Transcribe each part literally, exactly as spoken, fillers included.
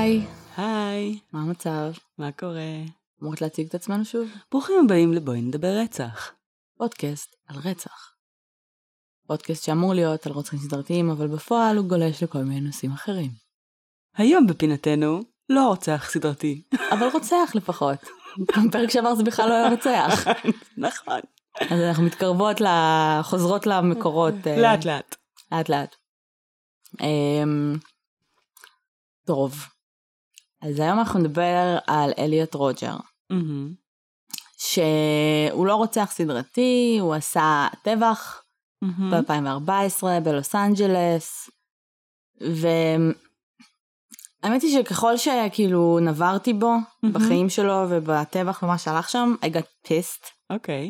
היי. היי. מה המצב? מה קורה? אמורת להציג את עצמנו שוב? ברוכים הבאים לבואי נדבר רצח. פודקאסט על רצח. פודקאסט שאמור להיות על רוצחים סדרתיים, אבל בפועל הוא גולש לכל מיני נושאים אחרים. היום בפינתנו לא רוצח סדרתי. אבל רוצח לפחות. פרק שעבר זה בכלל לא היה רוצח. נכון. אז אנחנו מתקרבות, חוזרות למקורות. לאט לאט. לאט לאט. טוב. אז היום אנחנו נדבר על אליוט רוג'ר. שהוא לא רוצח סדרתי, הוא עשה טבח ב-אלפיים וארבע עשרה בלוס אנג'לס, והאמת היא שככל שכאילו נברתי בו בחיים שלו ובטבח ומה שהלך שם, I got pissed. אוקיי.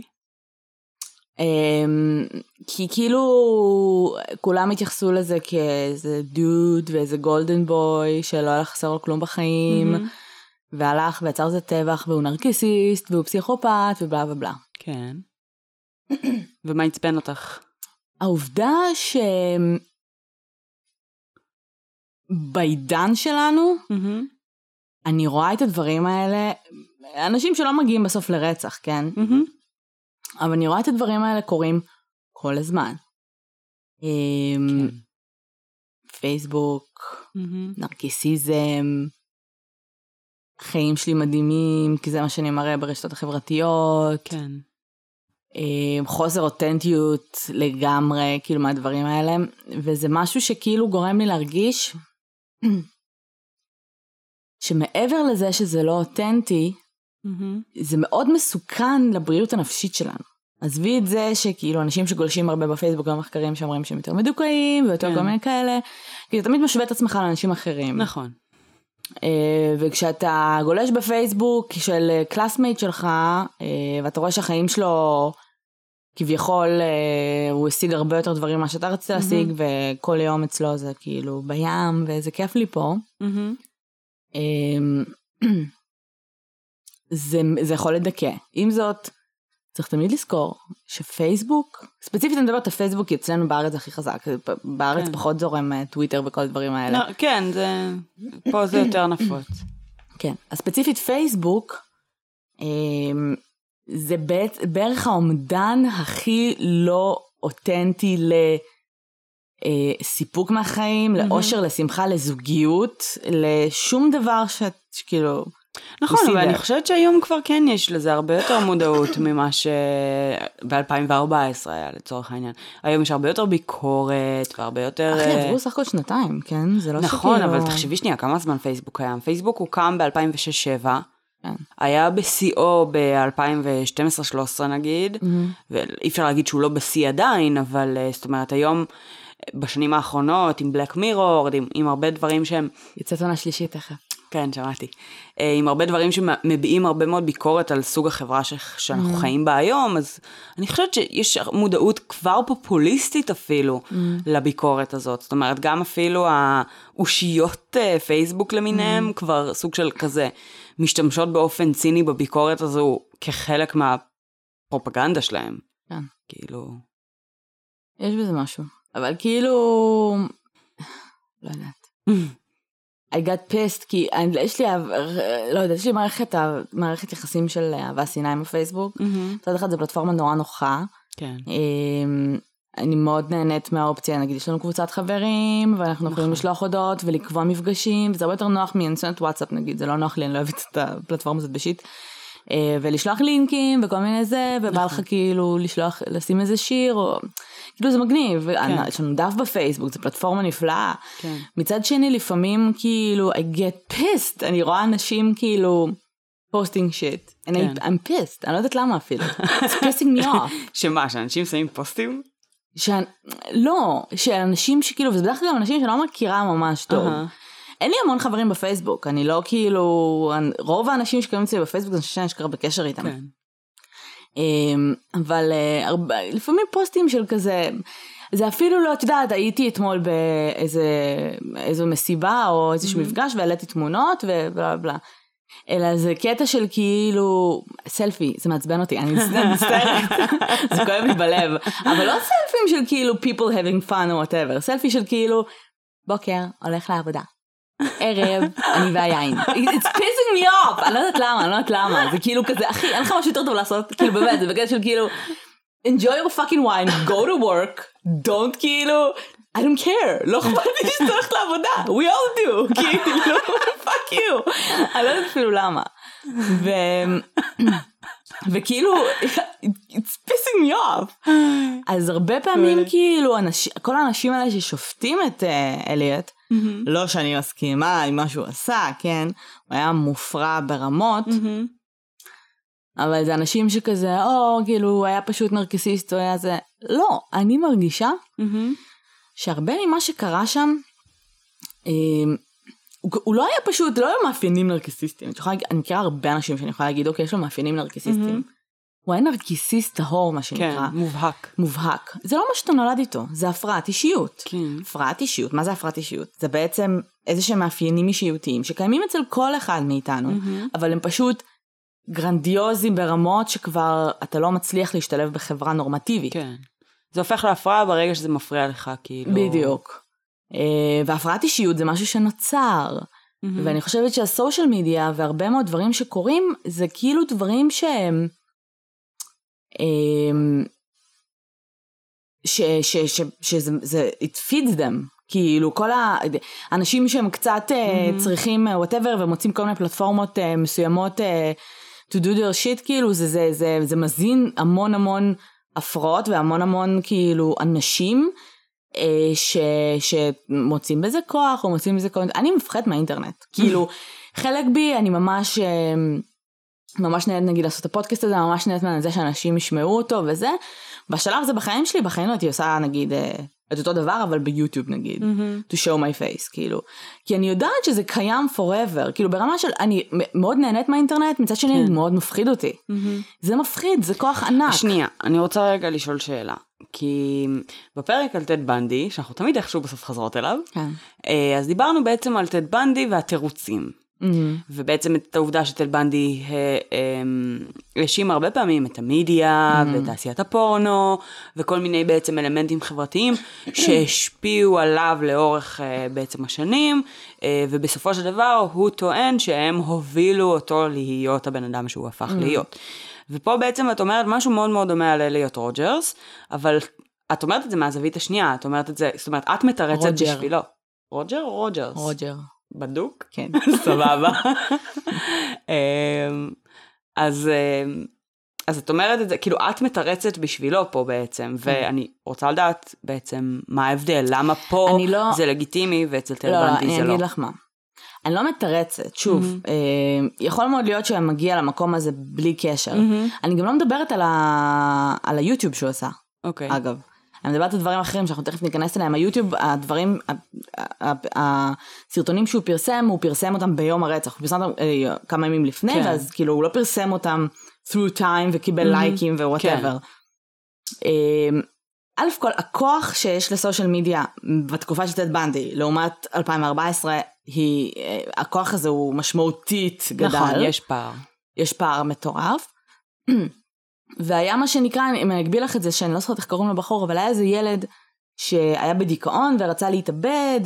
כי כאילו כולם התייחסו לזה כאיזה דוד ואיזה גולדן בוי שלא הלך חסר לו כלום בחיים, והלך ויצר זה טבח, והוא נרקיסיסט, והוא פסיכופת, ובלה ובלה. כן. ומה יצפן אותך? העובדה שבעידן שלנו, mm-hmm. אני רואה את הדברים האלה, אנשים שלא מגיעים בסוף לרצח, כן? Mm-hmm. אבל אני רואה את הדברים האלה קורים כל הזמן. כן. פייסבוק, mm-hmm. נרקיסיזם, החיים שלי מדהימים, כי זה מה שאני מראה ברשתות החברתיות. כן. חוסר אותנטיות לגמרי, כאילו מהדברים האלה. וזה משהו שכאילו גורם לי להרגיש שמעבר לזה שזה לא אותנטי, mm-hmm. זה מאוד מסוכן לבריאות הנפשית שלנו. עזבי את זה שכאילו אנשים שגולשים הרבה בפייסבוק, גם מחקרים שאומרים שהם יותר מדוכאים, ויותר כן. כל מיני כאלה, כי אתה תמיד משווה את עצמך לאנשים אחרים. נכון. וכשאתה גולש בפייסבוק של קלאסמייט שלך, ואתה רואה שהחיים שלו כביכול הוא השיג הרבה יותר דברים מה שאתה רצית להשיג, וכל יום אצלו זה כאילו בים, וזה כיף לי פה. זה, זה יכול לדכא. עם זאת, צריך תמיד לזכור שפייסבוק, ספציפית אני מדברת הפייסבוק, אצלנו בארץ הכי חזק, בארץ כן. פחות זורם טוויטר וכל הדברים האלה. לא, כן, זה, פה זה יותר נפוץ. כן, הספציפית פייסבוק, זה בערך העומדן הכי לא אותנטי לסיפוק מהחיים, לאושר, לשמחה, לזוגיות, לשום דבר שאת כאילו... נכון, אבל אני חושבת שהיום כבר כן יש לזה הרבה יותר מודעות ממה שב-אלפיים וארבע עשרה היה לצורך העניין. היום יש הרבה יותר ביקורת והרבה יותר... אחי, עברו סך הכל שנתיים, כן? זה לא שכאילו... נכון, אבל תחשבי שנייה, כמה זמן פייסבוק קיים? פייסבוק הוא קם ב-אלפיים ושש שבע, היה ב-סי-או ב-אלפיים ושתים עשרה שלוש עשרה נגיד, ואי אפשר להגיד שהוא לא ב-סי עדיין, אבל זאת אומרת היום... בשנים האחרונות, עם בלק מירור, עם, עם הרבה דברים שהם... יצאת עונה שלישית תכף. כן, שמעתי. עם הרבה דברים שמביעים הרבה מאוד ביקורת על סוג החברה ש... שאנחנו mm-hmm. חיים בה היום, אז אני חושבת שיש מודעות כבר פופוליסטית אפילו mm-hmm. לביקורת הזאת. זאת אומרת, גם אפילו האושיות פייסבוק למיניהם, mm-hmm. כבר סוג של כזה, משתמשות באופן ציני בביקורת הזו כחלק מהפרופגנדה שלהם. כן. כאילו... יש בזה משהו. אבל כאילו, לא יודעת. I got pissed, כי יש לי, לא יודעת, יש לי מערכת, מערכת יחסים של אהבה שנאה עם הפייסבוק. מצד אחד זו פלטפורמה נורא נוחה. כן. אני מאוד נהנית מהאופציה, נגיד, יש לנו קבוצת חברים, ואנחנו יכולים לשלוח הודעות ולקבוע מפגשים, וזה הרבה יותר נוח מאינטרנט וואטסאפ, נגיד, זה לא נוח לי, אני לא אוהבת את הפלטפורמה הזאת בשיט. ולשלוח לינקים וכל מיני זה, ובא לך כאילו לשלוח, לשים איזה שיר, או... כאילו זה מגניב, יש לנו דף בפייסבוק, זו פלטפורמה נפלאה. מצד שני, לפעמים כאילו, I get pissed, אני רואה אנשים כאילו, posting shit, and I'm pissed, אני לא יודעת למה אפילו, it's pissing me off. שמה, שאנשים שמים פוסטים? לא, שאנשים שכאילו, וזה בדרך כלל אנשים שאני לא מכירה ממש טוב. אין לי המון חברים בפייסבוק, אני לא כאילו, רוב האנשים שקוראים אצלי בפייסבוק, זה שאני שקרה בקשר איתם. כן. אבל לפעמים פוסטים של כזה, זה אפילו לא, את יודעת, הייתי אתמול באיזו מסיבה, או איזשהו מפגש, והעליתי תמונות, ובלה בלה. אלא זה קטע של כאילו, סלפי, זה מעצבן אותי, אני מצטערת, זה כואב לי בלב, אבל לא סלפים של כאילו, people having fun or whatever, סלפי של כאילו, בוקר, הולך לעבודה. ערב, אני והיין. It's pissing me off. אני לא יודעת למה, אני לא יודעת למה. זה כאילו כזה, אחי, אין לך משהו יותר טוב לעשות. כאילו באמת, זה בגלל של כאילו, enjoy your fucking wine, go to work, don't כאילו, I don't care. לא אכפת לי שאתה הולך לעבודה. We all do. כאילו, fuck you. אני לא יודעת אפילו למה. ו... וכאילו, it's pissing me off. אז הרבה פעמים כאילו, כל האנשים האלה ששופטים את אליוט, לא שאני מסכימה עם מה שהוא עשה, כן? הוא היה מופרע ברמות, אבל זה אנשים שכזה, או, כאילו, הוא היה פשוט נרקסיסט, הוא היה זה. לא, אני מרגישה שהרבה ממה שקרה שם, הוא לא היה פשוט, לא היה מאפיינים נרקסיסטיים. אני מכירה הרבה אנשים שאני יכולה להגיד, אוקיי, יש לו מאפיינים נרקסיסטיים. הוא היה נרקיסיסט טהור, מה שנקרא. כן, מובהק. מובהק. זה לא מה שאתה נולד איתו, זה הפרעת אישיות. כן. הפרעת אישיות, מה זה הפרעת אישיות? זה בעצם איזה שהם מאפיינים אישיותיים, שקיימים אצל כל אחד מאיתנו, אבל הם פשוט גרנדיוזים ברמות שכבר אתה לא מצליח להשתלב בחברה נורמטיבית. כן. זה הופך להפרעה ברגע שזה מפריע לך, כאילו. בדיוק. והפרעת אישיות זה משהו שנוצר, ואני חושבת שהסושיאל מדיה והרבה מאוד דברים שקורים, זה כאילו דברים שהם, שזה, it feeds them, כאילו כל האנשים שהם קצת צריכים whatever, ומוצאים כל מיני פלטפורמות מסוימות to do their shit, כאילו זה, זה, זה, זה מזין המון המון הפרעות, והמון המון כאילו אנשים, ש, שמוצאים בזה כוח, או מוצאים בזה כוח, אני מפחדת מהאינטרנט, כאילו, חלק בי, אני ממש, ממש נהד נגיד לעשות את הפודקאסט הזה, ממש נהד מהזה שאנשים ישמעו אותו וזה, בשלב הזה בחיים שלי, בחיים לא הייתי עושה נגיד, את אותו דבר, אבל ביוטיוב נגיד, to show my face, כאילו, כי אני יודעת שזה קיים forever, כאילו ברמה של, אני מאוד נהנית מהאינטרנט, מצד שני, זה מאוד מפחיד אותי, זה מפחיד, זה כוח ענק. שנייה, אני רוצה רגע לשאול שאלה, כי בפרק על טד בנדי, שאנחנו תמיד איכשהו בסוף חזרות אליו, אז דיברנו בעצם על טד בנדי והתירוצים, ובעצם את העובדה שטד בנדי האשים הרבה פעמים את המדיה ותעשיית הפורנו וכל מיני בעצם אלמנטים חברתיים שהשפיעו עליו לאורך בעצם השנים, ובסופו של דבר הוא טוען שהם הובילו אותו להיות הבן אדם שהוא הפך להיות. ופה בעצם את אומרת משהו מאוד מאוד דומה על אליוט רוג'רס, אבל את אומרת את זה מהזווית השנייה, את אומרת את זה, זאת אומרת את מתרצת בשבילו. רוג'ר או רוג'רס? רוג'ר. בדוק? כן. סבבה. אז, אז את אומרת את זה, כאילו את מתרצת בשבילו פה בעצם, ואני רוצה לדעת בעצם מה ההבדל, למה פה לא... זה לגיטימי ואצל טד בנדי לא, זה לא. אני אגיד לך מה. אני לא מתרצת, שוב, mm-hmm. אה, יכול מאוד להיות שאני מגיע למקום הזה בלי קשר. Mm-hmm. אני גם לא מדברת על, ה... על היוטיוב שהוא עשה, okay. אגב. אני מדברת על דברים אחרים שאנחנו תכף ניכנס אליהם. היוטיוב, הדברים, הסרטונים שהוא פרסם, הוא פרסם אותם ביום הרצח. הוא פרסם אותם אה, כמה ימים לפני, כן. ואז כאילו הוא לא פרסם אותם through time וקיבל mm-hmm. לייקים ו-whatever. כן. אה, א' כל, הכוח שיש לסושיאל מדיה בתקופה של טד בנדי, לעומת אלפיים וארבע עשרה, היא, הכוח הזה הוא משמעותית גדל. נכון, יש פער. יש פער מטורף. והיה מה שנקרא, אם אני אגביל לך את זה, שאני לא זוכרת איך קוראים לבחור, אבל היה איזה ילד שהיה בדיכאון ורצה להתאבד,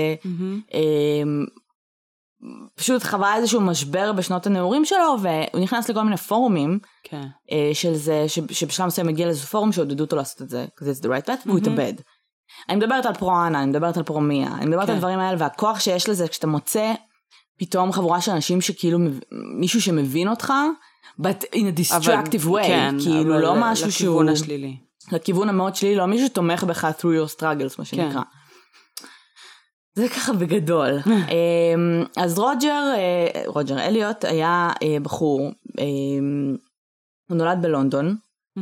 ופשוט חווה איזשהו משבר בשנות הנעורים שלו, והוא נכנס לכל מיני פורומים, כן. של זה, שבשלב מסוים מגיע לאיזה פורום שעודדו אותו לעשות את זה, כזה it's the right path, והוא התאבד. אני מדברת על פרו-אנה, אני מדברת על פרו-מיה, אני מדברת כן. על דברים האלה, והכוח שיש לזה, כשאתה מוצא פתאום חבורה של אנשים שכאילו, מישהו שמבין אותך, but in a destructive way, כן, כאילו לא משהו שהוא... לכיוון השלילי. לכיוון המאוד שלילי, לא מישהו שתומך בך through your struggles, מה שנקרא. זה ככה בגדול. אז רוג'ר, רוג'ר אליוט היה בחור, הוא נולד בלונדון,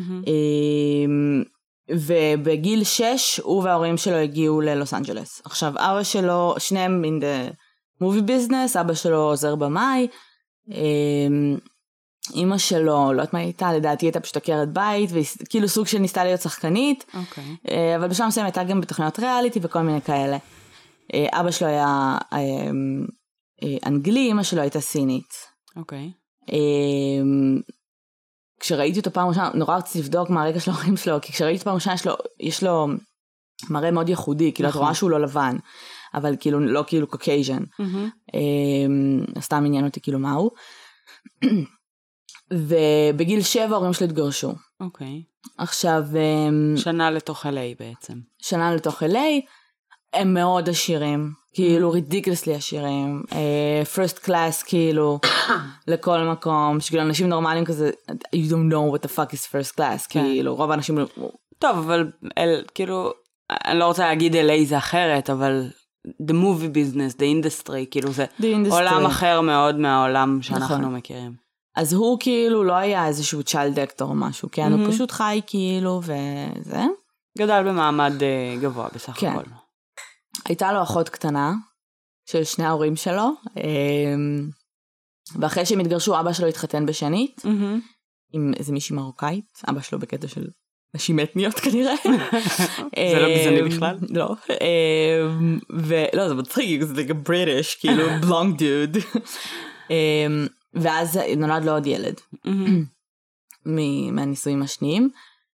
ובגיל שש הוא וההורים שלו הגיעו ללוס אנג'לס. עכשיו אבא שלו, שניהם in the movie business, אבא שלו עוזר במאי, אמא שלו, לא יודעת מה הייתה, לדעתי הייתה פשוט עקרת בית, וכאילו סוג של ניסתה להיות שחקנית, okay. אבל בשלב מסוים הייתה גם בתוכניות ריאליטי וכל מיני כאלה. אבא שלו היה אנגלי, אמא שלו הייתה סינית. אוקיי. Okay. כשראיתי אותו פעם ראשונה, נורא רציתי לבדוק מה הרקע של ההורים שלו, כי כשראיתי פעם ראשונה יש לו, יש לו מראה מאוד ייחודי, כאילו את רואה שהוא לא לבן. אבל כאילו לא כאילו קוקייז'ן. סתם עניין אותי כאילו מהו. ובגיל שבע ההורים שלי התגרשו. אוקיי. עכשיו... שנה לתוך אל איי בעצם. שנה לתוך אל איי, הם מאוד עשירים, כאילו רידיקלסלי עשירים, first class כאילו, לכל מקום, שכאילו אנשים נורמליים כזה, you don't know what the fuck is first class, כאילו רוב האנשים... טוב, אבל כאילו, אני לא רוצה להגיד אל איי זה אחרת, אבל the movie business, the industry, כאילו זה עולם אחר מאוד מהעולם שאנחנו מכירים. אז הוא כאילו לא היה איזשהו child actor או משהו, כן? הוא פשוט חי כאילו וזה. גדל במעמד גבוה בסך הכל. הייתה לו אחות קטנה של שני ההורים שלו, ואחרי שהם התגרשו אבא שלו התחתן בשנית, עם איזה מישהי מרוקאית, אבא שלו בקטע של נשים אתניות כנראה. זה לא גזעני בכלל? לא. ולא, זה מצחיק, זה like a British, כאילו blonde dude. ואז נולד לו עוד ילד, מהנישואים השניים.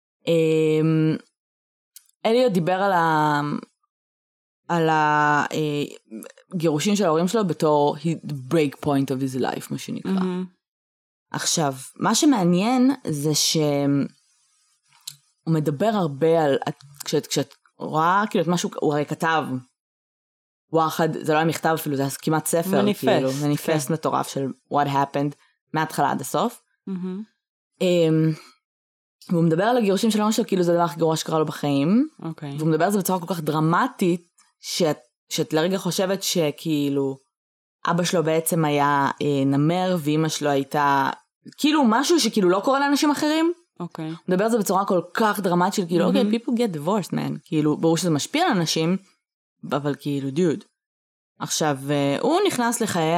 אליוט דיבר על ה... על הגירושים של ההורים שלו בתור break point of his life, מה שנקרא. עכשיו, מה שמעניין זה שהוא מדבר הרבה על, כשאת, כשאת רואה כאילו את משהו, הוא הרי כתב, וואחד, זה לא היה מכתב אפילו, זה היה כמעט ספר, מניפסט, כאילו, מניפסט כן. מטורף של what happened, מההתחלה עד הסוף. Mm-hmm. והוא מדבר על הגירושים של ההורים שלו, כאילו זה הדבר הכי גרוע שקרה לו בחיים, okay. והוא מדבר על זה בצורה כל כך דרמטית, שאת, שאת לרגע חושבת שכאילו, אבא שלו בעצם היה אה, נמר, ואמא שלו הייתה, כאילו משהו שכאילו לא קורה לאנשים אחרים, אוקיי. Okay. הוא מדבר על זה בצורה כל כך דרמטית, של כאילו, אוקיי, mm-hmm. okay, people get divorced, man, כאילו, ברור שזה משפיע על אנשים, אבל כאילו, דיוד. עכשיו, הוא נכנס לחיי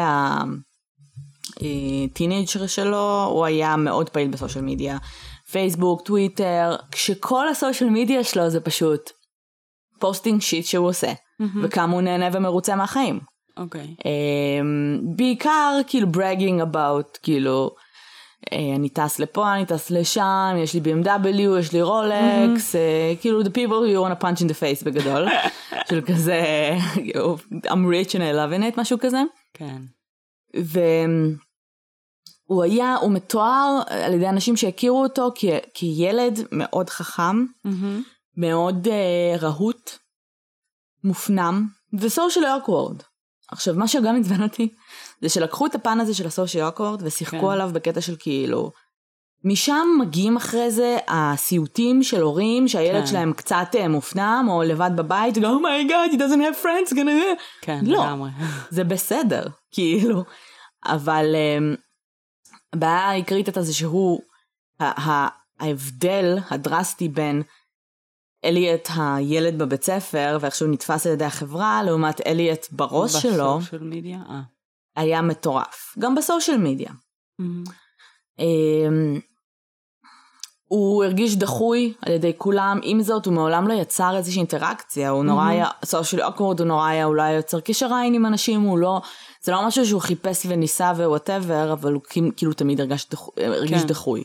הטינג'ר שלו, הוא היה מאוד פעיל בסושיאל מדיה, פייסבוק, טוויטר, כשכל הסושיאל מדיה שלו זה פשוט פוסטינג שיט שהוא עושה, וכמה הוא נהנה ומרוצה מהחיים. אוקיי. בעיקר, כאילו, bragging about, כאילו, אני טס לפה, אני טס לשם, יש לי בי אם דאבליו, יש לי רולקס, כאילו, the people you want to punch in the face בגדול, של כזה, I'm rich and I love in it, משהו כזה. כן. והוא היה, הוא מתואר על ידי אנשים שהכירו אותו כילד מאוד חכם, מאוד רהוט, מופנם, וסושיאל אוקוורד. עכשיו, מה שגם עצבן אותי, זה שלקחו את הפן הזה של הסושיאל אוקוורד, ושיחקו כן. עליו בקטע של כאילו, משם מגיעים אחרי זה הסיוטים של הורים, שהילד כן. שלהם קצת מופנם, או לבד בבית, go, oh my god, he doesn't have friends, gonna... כן, לא, לגמרי. זה בסדר, כאילו, אבל הבעיה העיקרית הייתה זה שהוא, ההבדל הדרסטי בין אליוט הילד בבית ספר, ואיך שהוא נתפס על ידי החברה, לעומת אליוט בראש שלו, בסושיאל מדיה? אה. היה מטורף. גם בסושיאל מדיה. Mm-hmm. הוא הרגיש דחוי על ידי כולם, עם זאת הוא מעולם לא יצר איזושהי אינטראקציה, הוא נורא היה, סושיאל אוקוורד, הוא נורא היה אולי יוצר קשר עין עם אנשים, הוא לא, זה לא משהו שהוא חיפש וניסה ווואטאבר, אבל הוא כאילו תמיד הרגיש דחוי.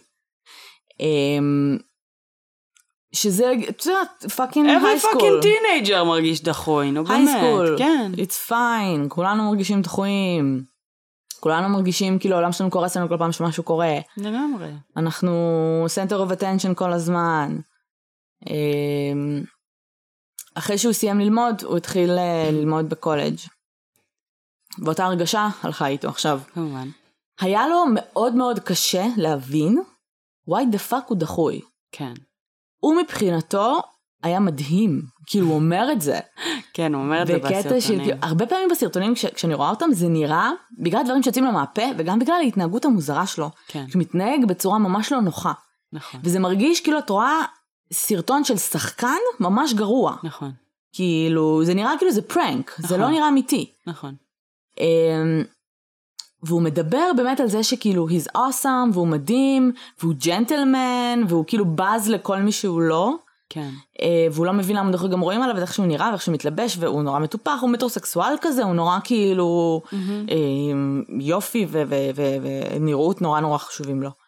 שזה, אתה יודעת, פאקינג הייסקול. every fucking teenager מרגיש דחוי, נו באמת. הייסקול, כן. it's fine, כולנו מרגישים דחויים. כולנו מרגישים כאילו העולם שלנו קורס לנו כל פעם שמשהו קורה. לגמרי. אנחנו center of attention כל הזמן. אחרי שהוא סיים ללמוד, הוא התחיל ללמוד בקולג'. באותה הרגשה הלכה איתו עכשיו. כמובן. היה לו מאוד מאוד קשה להבין why the fuck הוא דחוי. כן. הוא מבחינתו היה מדהים, כאילו הוא אומר את זה. כן, הוא אומר את זה בסרטונים. של, הרבה פעמים בסרטונים, כש, כשאני רואה אותם, זה נראה, בגלל דברים שיוצאים לו מהפה, וגם בגלל ההתנהגות המוזרה שלו, כן. שהוא מתנהג בצורה ממש לא נוחה. נכון. וזה מרגיש כאילו את רואה סרטון של שחקן ממש גרוע. נכון. כאילו, זה נראה כאילו זה פרנק, נכון. זה לא נראה אמיתי. נכון. והוא מדבר באמת על זה שכאילו he's awesome, והוא מדהים, והוא ג'נטלמן, והוא כאילו בז לכל מי שהוא לא. כן. והוא לא מבין למה אנחנו גם רואים עליו, ואיך שהוא נראה, ואיך שהוא מתלבש, והוא נורא מטופח, הוא מטרוסקסואל כזה, הוא נורא כאילו יופי ונראות נורא נורא חשובים לו.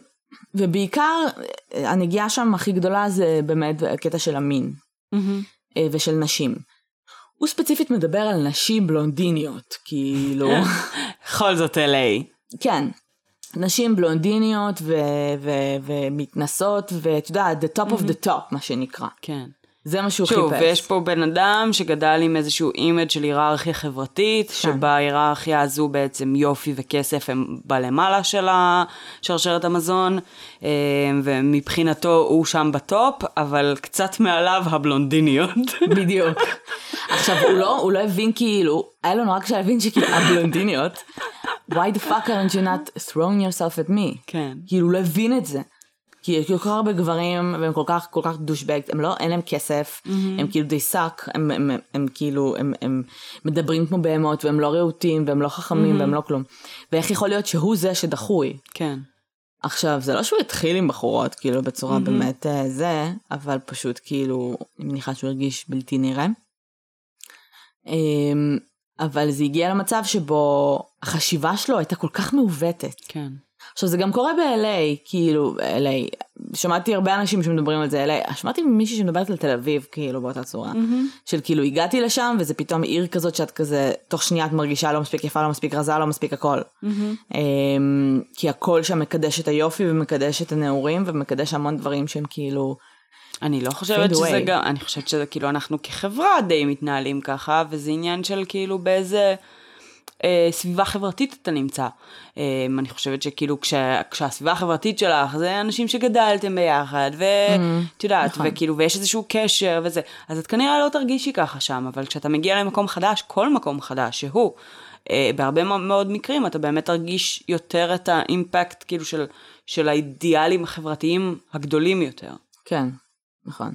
ובעיקר, הנגיעה שם הכי גדולה זה באמת הקטע של המין. ושל נשים. הוא ספציפית מדבר על נשים בלונדיניות, כאילו... בכל זאת אל איי. כן. נשים בלונדיניות ו- ו- ומתנסות, ואתה יודע, the top of the top, מה שנקרא. כן. זה מה שהוא שוב, חיפש. ויש פה בן אדם שגדל עם איזשהו אימג' של היררכיה חברתית, שבה ההיררכיה הזו בעצם יופי וכסף הם בלמעלה של שרשרת המזון, ומבחינתו הוא שם בטופ, אבל קצת מעליו הבלונדיניות. בדיוק. עכשיו, הוא לא, הוא לא הבין כאילו, היה לו נורא כשהבין שכאילו הבלונדיניות, why the fuck aren't you not throwing yourself at me? כן. כאילו, הוא לא הבין את זה. כי כל כך הרבה גברים, והם כל כך, כל כך דושבגט, הם לא, אין להם כסף, mm-hmm. הם כאילו they suck, הם, הם, הם, הם כאילו, הם, הם מדברים כמו בהמות, והם לא רעותים, והם לא חכמים, mm-hmm. והם לא כלום. ואיך יכול להיות שהוא זה שדחוי? כן. עכשיו, זה לא שהוא התחיל עם בחורות, כאילו, בצורה mm-hmm. באמת זה, אבל פשוט כאילו, אני מניחה שהוא הרגיש בלתי נראה. אבל זה הגיע למצב שבו החשיבה שלו הייתה כל כך מעוותת. כן. עכשיו, זה גם קורה ב-אל איי, כאילו, אל איי, שמעתי הרבה אנשים שמדברים על זה, אל איי, שמעתי מישהי שמדברת על תל אביב, כאילו, באותה צורה, mm-hmm. של כאילו, הגעתי לשם, וזה פתאום עיר כזאת שאת כזה, תוך שנייה את מרגישה לא מספיק יפה, לא מספיק רזה, לא מספיק הכל. Mm-hmm. כי הכל שם מקדש את היופי, ומקדש את הנעורים, ומקדש המון דברים שהם כאילו... אני לא חושבת שזה גם, אני חושבת שזה כאילו, אנחנו כחברה די מתנהלים ככה, וזה עניין של כאילו באיזה... סביבה חברתית אתה נמצא. אני חושבת שכאילו כשה, כשהסביבה החברתית שלך זה אנשים שגדלתם ביחד ואת יודעת, וכאילו ויש איזשהו קשר וזה, אז את כנראה לא תרגישי ככה שם, אבל כשאתה מגיע למקום חדש, כל מקום חדש שהוא, בהרבה מאוד מקרים אתה באמת תרגיש יותר את האימפקט כאילו של, של האידיאלים החברתיים הגדולים יותר. כן, נכון.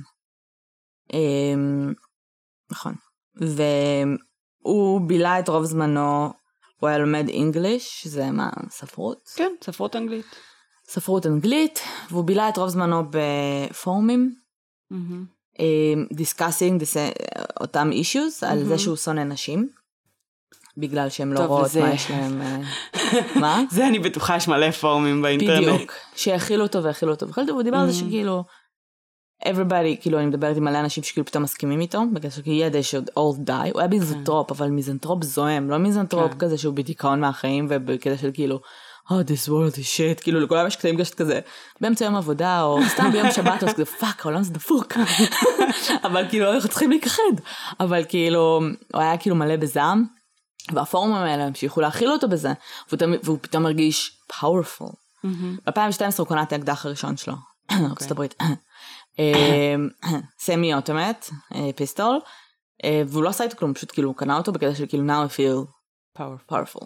נכון. ו... הוא בילה את רוב זמנו, הוא היה לומד אנגליש, שזה מה, ספרות? כן, ספרות אנגלית. ספרות אנגלית, והוא בילה את רוב זמנו בפורומים, mm-hmm. discussing this, אותם issues, mm-hmm. על זה שהוא שונא נשים, בגלל שהם לא רואות וזה... מה יש להם... מה? זה אני בטוחה יש מלא פורומים באינטרנט. בדיוק, שהכילו אותו והכילו אותו, והוא דיבר על זה שכאילו... everybody, כאילו, אני מדברת עם מלא אנשים שכאילו פתאום מסכימים איתו, בגלל שכאילו, yeah, they should all die, הוא היה מיזנטרופ, אבל מיזנטרופ זוהם, לא מיזנטרופ כזה שהוא בדיכאון מהחיים, ובכזה של כאילו, oh, this world is shit, כאילו, לכולם יש קטעים גשת כזה, באמצע יום עבודה, או סתם ביום שבת, או כזה, פאק, העולם זה דפוק, אבל כאילו, אנחנו צריכים להיכחד, אבל כאילו, הוא היה כאילו מלא בזעם, והפורומים האלה המשיכו להכיל אותו בזה, והוא פתאום מרגיש powerful. ב-אלפיים ושתים עשרה הוא קונה את האקדח הראשון שלו, ארצות הברית. סמי אוטומט, פיסטול, והוא לא עשה איתו כלום, פשוט כאילו הוא קנה אותו בקטע של כאילו now I feel powerful.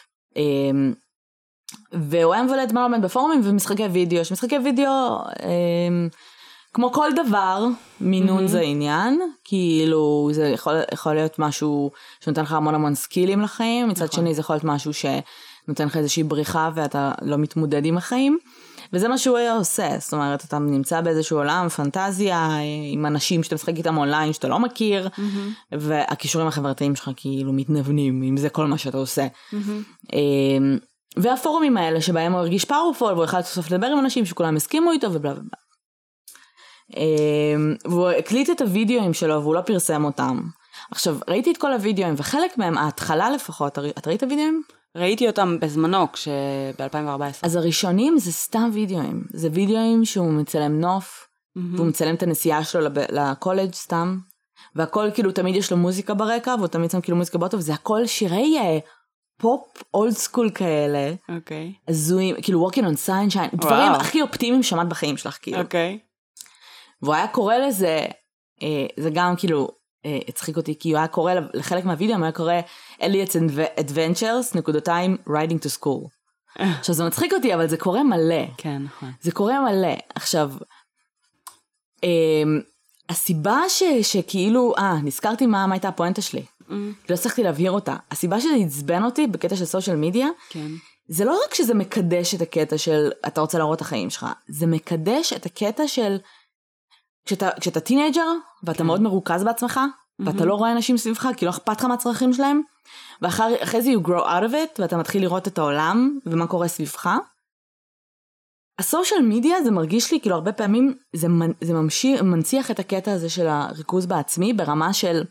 והוא היה מבלה את זמן עומד בפורומים ומשחקי וידאו, שמשחקי וידאו, כמו כל דבר, מינון זה עניין, כאילו זה יכול להיות משהו שנותן לך המון המון סקילים לחיים, מצד שני זה יכול להיות משהו שנותן לך איזושהי בריחה ואתה לא מתמודד עם החיים, וזה מה שהוא היה עושה, זאת אומרת, אתה נמצא באיזשהו עולם, פנטזיה, עם אנשים שאתה משחק איתם אונליין, שאתה לא מכיר, mm-hmm. והכישורים החברתיים שלך כאילו מתנוונים, אם זה כל מה שאתה עושה. Mm-hmm. והפורומים האלה שבהם הוא הרגיש פאורפול, והוא החל סוף לדבר עם אנשים שכולם הסכימו איתו, ובלה ובלה. והוא הקליט את הוידאוים שלו, והוא לא פרסם אותם. עכשיו, ראיתי את כל הוידאוים, וחלק מהם, ההתחלה לפחות, את ראית הוידאוים? ראיתי אותם בזמנו, ב-אלפיים וארבע עשרה. אז הראשונים זה סתם וידאוים. זה וידאוים שהוא מצלם נוף, mm-hmm. והוא מצלם את הנסיעה שלו לקולג' סתם, והכל כאילו תמיד יש לו מוזיקה ברקע, והוא תמיד שם כאילו מוזיקה באוטו, וזה הכל שירי פופ אולד סקול כאלה. אוקיי. Okay. הזויים, כאילו walking on sunshine, wow. דברים הכי אופטימיים שמעת בחיים שלך, כאילו. אוקיי. Okay. והוא היה קורא לזה, זה גם כאילו, הצחיק אותי, כי הוא היה קורא לחלק מהווידאו, הוא היה קורא Elliot's Adventures, נקודתיים, Riding to School. עכשיו, זה מצחיק אותי, אבל זה קורה מלא. כן, נכון. זה קורה מלא. עכשיו, הסיבה שכאילו, אה, נזכרתי מה הייתה הפואנטה שלי. לא הצלחתי להבהיר אותה. הסיבה שזה יצבן אותי בקטע של סושיאל מדיה, זה לא רק שזה מקדש את הקטע של, אתה רוצה להראות את החיים שלך, זה מקדש את הקטע של, כשאתה, כשאתה טינג'ר, ואתה מאוד מרוכז בעצמך, ואתה לא רואה אנשים סביבך, כי לא אכפת לך מהצרכים שלהם, ואחרי זה you grow out of it, ואתה מתחיל לראות את העולם, ומה קורה סביבך, הסושיאל מדיה זה מרגיש לי, כאילו הרבה פעמים זה, זה ממשיך, מנציח את הקטע הזה של הריכוז בעצמי, ברמה של,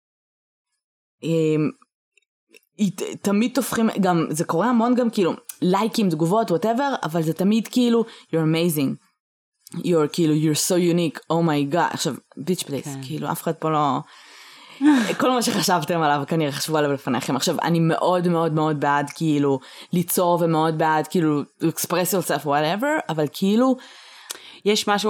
תמיד תופכים, גם, זה קורה המון גם כאילו, לייקים, תגובות, whatever, אבל זה תמיד כאילו, you're amazing, you're כאילו, you're so unique, oh my god, עכשיו, ביץ' פליס, כאילו, אף אחד פה לא, כל מה שחשבתם עליו, כנראה חשבו עליו לפניכם, עכשיו, אני מאוד מאוד מאוד בעד, כאילו, ליצור ומאוד בעד, כאילו, express yourself, whatever, אבל כאילו, יש משהו,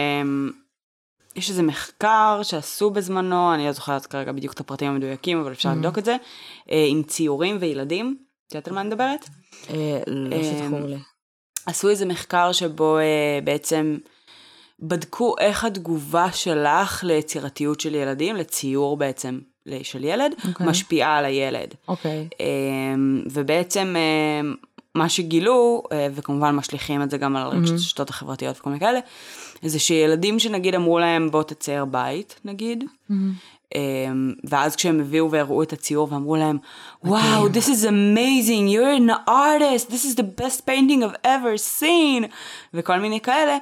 יש איזה מחקר שעשו בזמנו, אני לא זוכרת כרגע בדיוק את הפרטים המדויקים, אבל אפשר לבדוק את זה, עם ציורים וילדים, את יודעת על מה אני מדברת? לא שתחור לי. עשו איזה מחקר שבו בעצם בדקו איך התגובה שלך ליצירתיות של ילדים, לציור בעצם של ילד, משפיעה על הילד. אוקיי. ובעצם מה שגילו, וכמובן משליכים את זה גם על הרשתות החברתיות וכל מיני כאלה, זה שילדים שנגיד אמרו להם בוא תצייר בית, נגיד, ואז כשהם הביאו והראו את הציור ואמרו להם, וואו, this is amazing, you're an artist, this is the best painting I've ever seen, וכל מיני כאלה,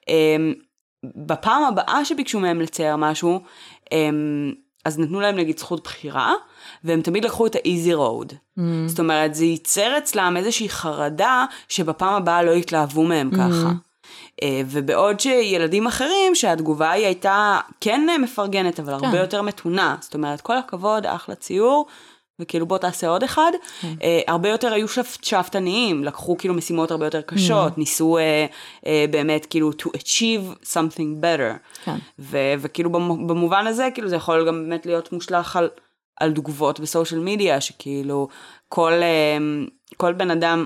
בפעם הבאה שביקשו מהם לצייר משהו, אז נתנו להם נגיד זכות בחירה, והם תמיד לקחו את ה-easy road. Mm. זאת אומרת, זה ייצר אצלם איזושהי חרדה, שבפעם הבאה לא יתלהבו מהם ככה. Mm. ובעוד שילדים אחרים, שהתגובה היא הייתה כן מפרגנת, אבל הרבה יותר מתונה. זאת אומרת, כל הכבוד, אחלה ציור, וכאילו בוא תעשה עוד אחד. Mm. הרבה יותר היו שאפתניים, לקחו כאילו משימות הרבה יותר קשות, mm. ניסו uh, uh, באמת כאילו to achieve something better. כן. ו- וכאילו במובן הזה, כאילו זה יכול גם באמת להיות מושלך על, על תגובות בסושיאל מדיה, שכאילו כל, uh, כל בן אדם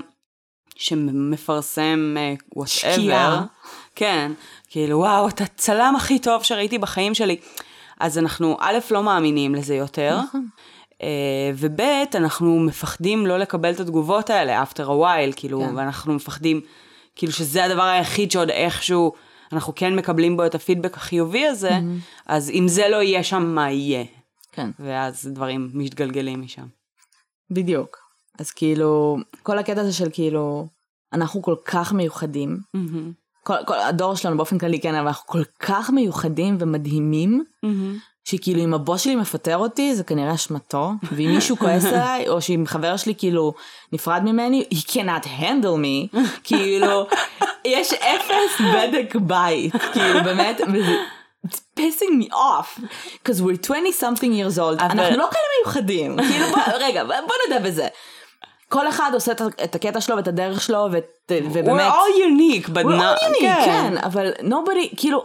שמפרסם uh, whatever. שקיעה. כן, כאילו וואו, אתה צלם הכי טוב שראיתי בחיים שלי. אז אנחנו א' לא מאמינים לזה יותר. נכון. ובית, אנחנו מפחדים לא לקבל את התגובות האלה, after a while, כאילו, כן. ואנחנו מפחדים, כאילו שזה הדבר היחיד שעוד איכשהו, אנחנו כן מקבלים בו את הפידבק החיובי הזה, mm-hmm. אז אם זה לא יהיה שם, מה יהיה? כן. ואז דברים מתגלגלים משם. בדיוק. אז כאילו, כל הקטע הזה של כאילו, אנחנו כל כך מיוחדים, mm-hmm. כל, כל, הדור שלנו באופן כללי, כן, אבל אנחנו כל כך מיוחדים ומדהימים, mm-hmm. שכאילו אם הבוס שלי מפטר אותי, זה כנראה אשמתו, ואם מישהו כועס עליי, או שאם חבר שלי כאילו נפרד ממני, he cannot handle me, כאילו, יש אפס בדק בית, כאילו באמת, it's pissing me off, because we're twenty something years old, אנחנו לא כאלה מיוחדים, כאילו רגע, בוא נדע בזה. כל אחד עושה את הקטע שלו ואת הדרך שלו, ובאמת... We're all unique, but not... We're all unique, כן, אבל nobody, כאילו...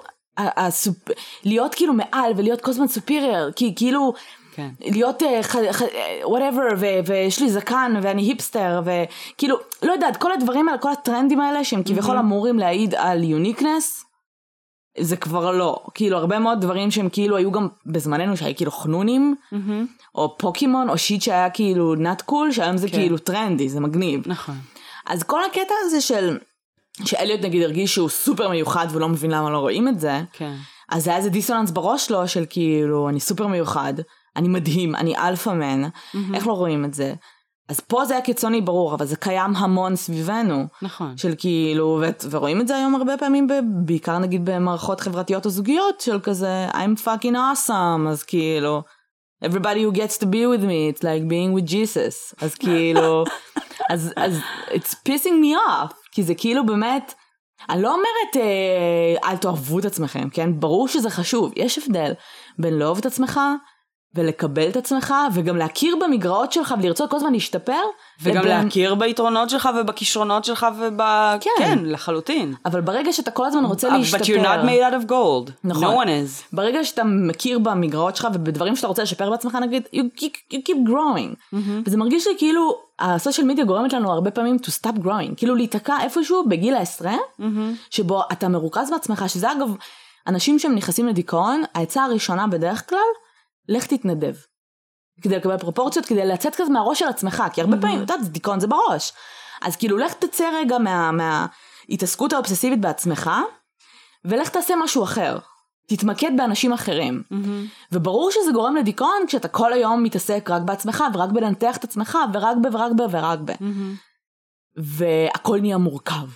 להיות כאילו מעל ולהיות כל הזמן סופירייר, כי כאילו להיות whatever, ויש לי זקן ואני היפסטר, וכאילו לא יודעת, כל הדברים האלה, כל הטרנדים האלה שהם כביכול אמורים להעיד על יוניקנס, זה כבר לא, כאילו הרבה מאוד דברים שהם כאילו היו גם בזמננו שהיו כאילו חנונים, או פוקימון, או שיט שהיה כאילו not cool, שהיום זה כאילו טרנדי, זה מגניב. נכון. אז כל הקטע הזה של שאליוט נגיד הרגיש שהוא סופר מיוחד ולא מבין למה לא רואים את זה, כן. אז זה היה איזה דיסוננס בראש לו של כאילו אני סופר מיוחד, אני מדהים, אני אלפא מן, mm-hmm. איך לא רואים את זה? אז פה זה היה קיצוני ברור, אבל זה קיים המון סביבנו, נכון. של כאילו, ו- ורואים את זה היום הרבה פעמים, ב- בעיקר נגיד במערכות חברתיות או זוגיות, של כזה I'm fucking awesome, אז כאילו, everybody who gets to be with me, it's like being with Jesus, אז כאילו, אז, אז it's pissing me off, כי זה כאילו באמת, אני לא אומרת אה, אל תאהבו את עצמכם, כן? ברור שזה חשוב, יש הבדל בין לאהוב את עצמך, ולקבל את עצמך, וגם להכיר במגרעות שלך, ולרצות כל הזמן להשתפר. וגם לבין... להכיר ביתרונות שלך, ובכישרונות שלך, וב... כן. כן, לחלוטין. אבל ברגע שאתה כל הזמן רוצה להשתפר... But you're not made out of gold. נכון. No one is. ברגע שאתה מכיר במגרעות שלך, ובדברים שאתה רוצה לשפר בעצמך, נגיד, you, you, you keep growing. Mm-hmm. וזה מרגיש לי כאילו, הסושיאל מדיה גורמת לנו הרבה פעמים to stop growing. כאילו להיתקע איפשהו בגיל העשרה, mm-hmm. שבו אתה מרוכז בעצמך, שזה אגב, אנשים שהם נכנסים לדיכאון, העצה הראשונה בדרך כלל, לך תתנדב. כדי לקבל פרופורציות, כדי לצאת כזה מהראש של עצמך, כי הרבה פעמים, אתה יודע, דיכאון זה בראש. אז כאילו, לך תצא רגע מההתעסקות האובססיבית בעצמך, ולך תעשה משהו אחר. תתמקד באנשים אחרים. וברור שזה גורם לדיכאון, כשאתה כל היום מתעסק רק בעצמך, ורק בלנתח את עצמך, ורק ב, ורק ב, ורק ב. והכל נהיה מורכב.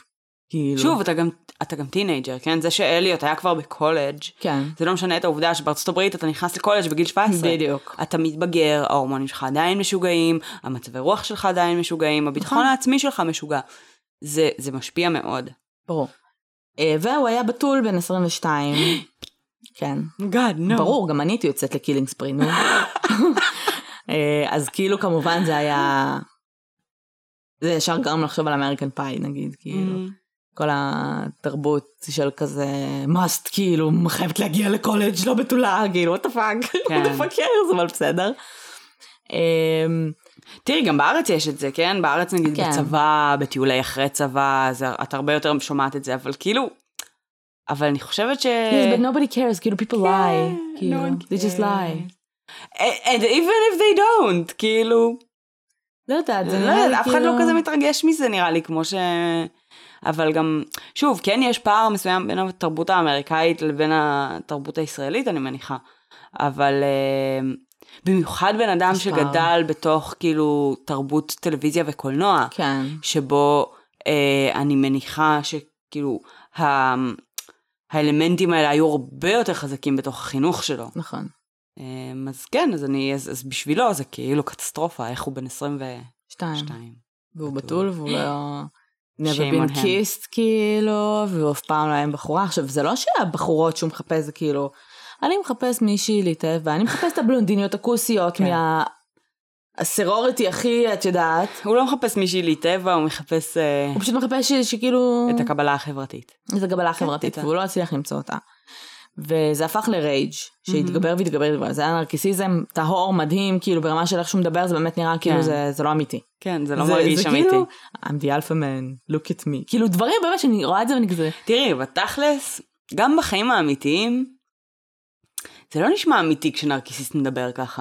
כאילו. שוב, אתה גם, אתה גם טינג'ר, כן? זה שאליוט היה כבר בקולג', כן. זה לא משנה את העובדה שבארצות הברית אתה נכנס לקולג' בגיל שבע עשרה. בדיוק. אתה מתבגר, ההורמונים שלך עדיין משוגעים, המצבי רוח שלך עדיין משוגעים, הביטחון נכון. העצמי שלך משוגע. זה, זה משפיע מאוד. ברור. והוא היה בתול בין עשרים ושתיים. כן. God, no. ברור, גם אני הייתי יוצאת לקילינג ספרי, נו. אז כאילו כמובן זה היה, זה ישר גרם לחשוב על אמריקן פאי נגיד, כאילו. כל התרבות של כזה must, כאילו, חייבת להגיע לקולג' לא בתולה, כאילו, what the fuck, what the fuck cares, אבל בסדר. תראי, גם בארץ יש את זה, כן? בארץ נגיד בצבא, בטיולי אחרי צבא, את הרבה יותר שומעת את זה, אבל כאילו, אבל אני חושבת ש... Yes, but nobody cares, כאילו, people lie, כאילו, they just lie. And even if they don't, כאילו... לא יודעת, זה נראה לי אף אחד לא כזה מתרגש מזה, נראה לי, כמו ש... אבל גם, שוב, כן יש פער מסוים בין התרבות האמריקאית לבין התרבות הישראלית, אני מניחה. אבל במיוחד בן אדם שגדל בתוך, כאילו, תרבות טלוויזיה וקולנוע, כן. שבו אני מניחה שכאילו, האלמנטים האלה היו הרבה יותר חזקים בתוך החינוך שלו. נכון. אז כן, אז אני, אז, אז בשבילו זה כאילו קטסטרופה, איך הוא בן עשרים ושתיים. והוא בתול, והוא לא... never been kissed, כאילו, והוא אף פעם לא היה עם בחורה. עכשיו, זה לא שהבחורות שהוא מחפש, זה כאילו, אני מחפש מישהי להתאהב, ואני מחפש את הבלונדיניות הכוסיות, מה... הסרוריטי הכי, את יודעת. הוא לא מחפש מישהי להתאהב, הוא מחפש... הוא פשוט מחפש שכאילו... את הקבלה החברתית. את הקבלה החברתית, והוא לא הצליח למצוא אותה. וזה הפך לרייג' שהתגבר והתגבר, זה היה נרקיסיזם טהור, מדהים, כאילו ברמה של איך שהוא מדבר, זה באמת נראה כאילו זה לא אמיתי. כן, זה לא מרגיש אמיתי. I'm the alpha man, look at me. כאילו דברים באמת שאני רואה את זה ואני כזה. תראי, בתכלס, גם בחיים האמיתיים, זה לא נשמע אמיתי כשנרקיסיסט מדבר ככה.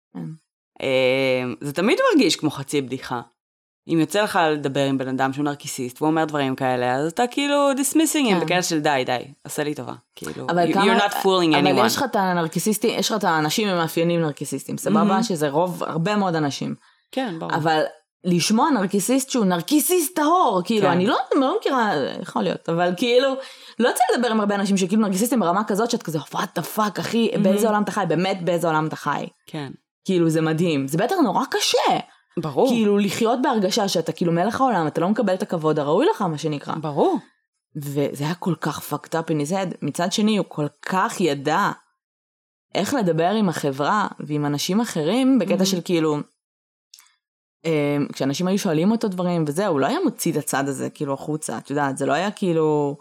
זה תמיד מרגיש כמו חצי בדיחה. אם יוצא לך לדבר עם בן אדם שהוא נרקיסיסט, והוא אומר דברים כאלה, אז אתה כאילו dismissing him, בכאלה של די, די, עושה לי טובה. כאילו, you're not fooling anyone. אבל יש לך את הנרקיסיסטים, יש לך את האנשים עם מאפיינים נרקיסיסטים, סבבה שזה רוב, הרבה מאוד אנשים. כן, ברור. אבל לשמוע נרקיסיסט שהוא נרקיסיסט טהור, כאילו, אני לא מכירה, יכול להיות, אבל כאילו, לא צריך לדבר עם הרבה אנשים שכאילו נרקיסיסטים ברמה כזאת, שאת כזה, what the fuck, אחי, באיזה עולם אתה חי, באמת באיזה עולם אתה חי. כן. כאילו, זה מדהים. זה בטח נורא קשה. ברור. כאילו לחיות בהרגשה שאתה כאילו מלך העולם, אתה לא מקבל את הכבוד הראוי לך, מה שנקרא. ברור. וזה היה כל כך fucked up in his head. מצד שני, הוא כל כך ידע איך לדבר עם החברה ועם אנשים אחרים, בקטע mm-hmm. של כאילו, כשאנשים היו שואלים אותו דברים, וזה, הוא לא היה מוציא את הצד הזה, כאילו, החוצה, את יודעת, זה לא היה כאילו,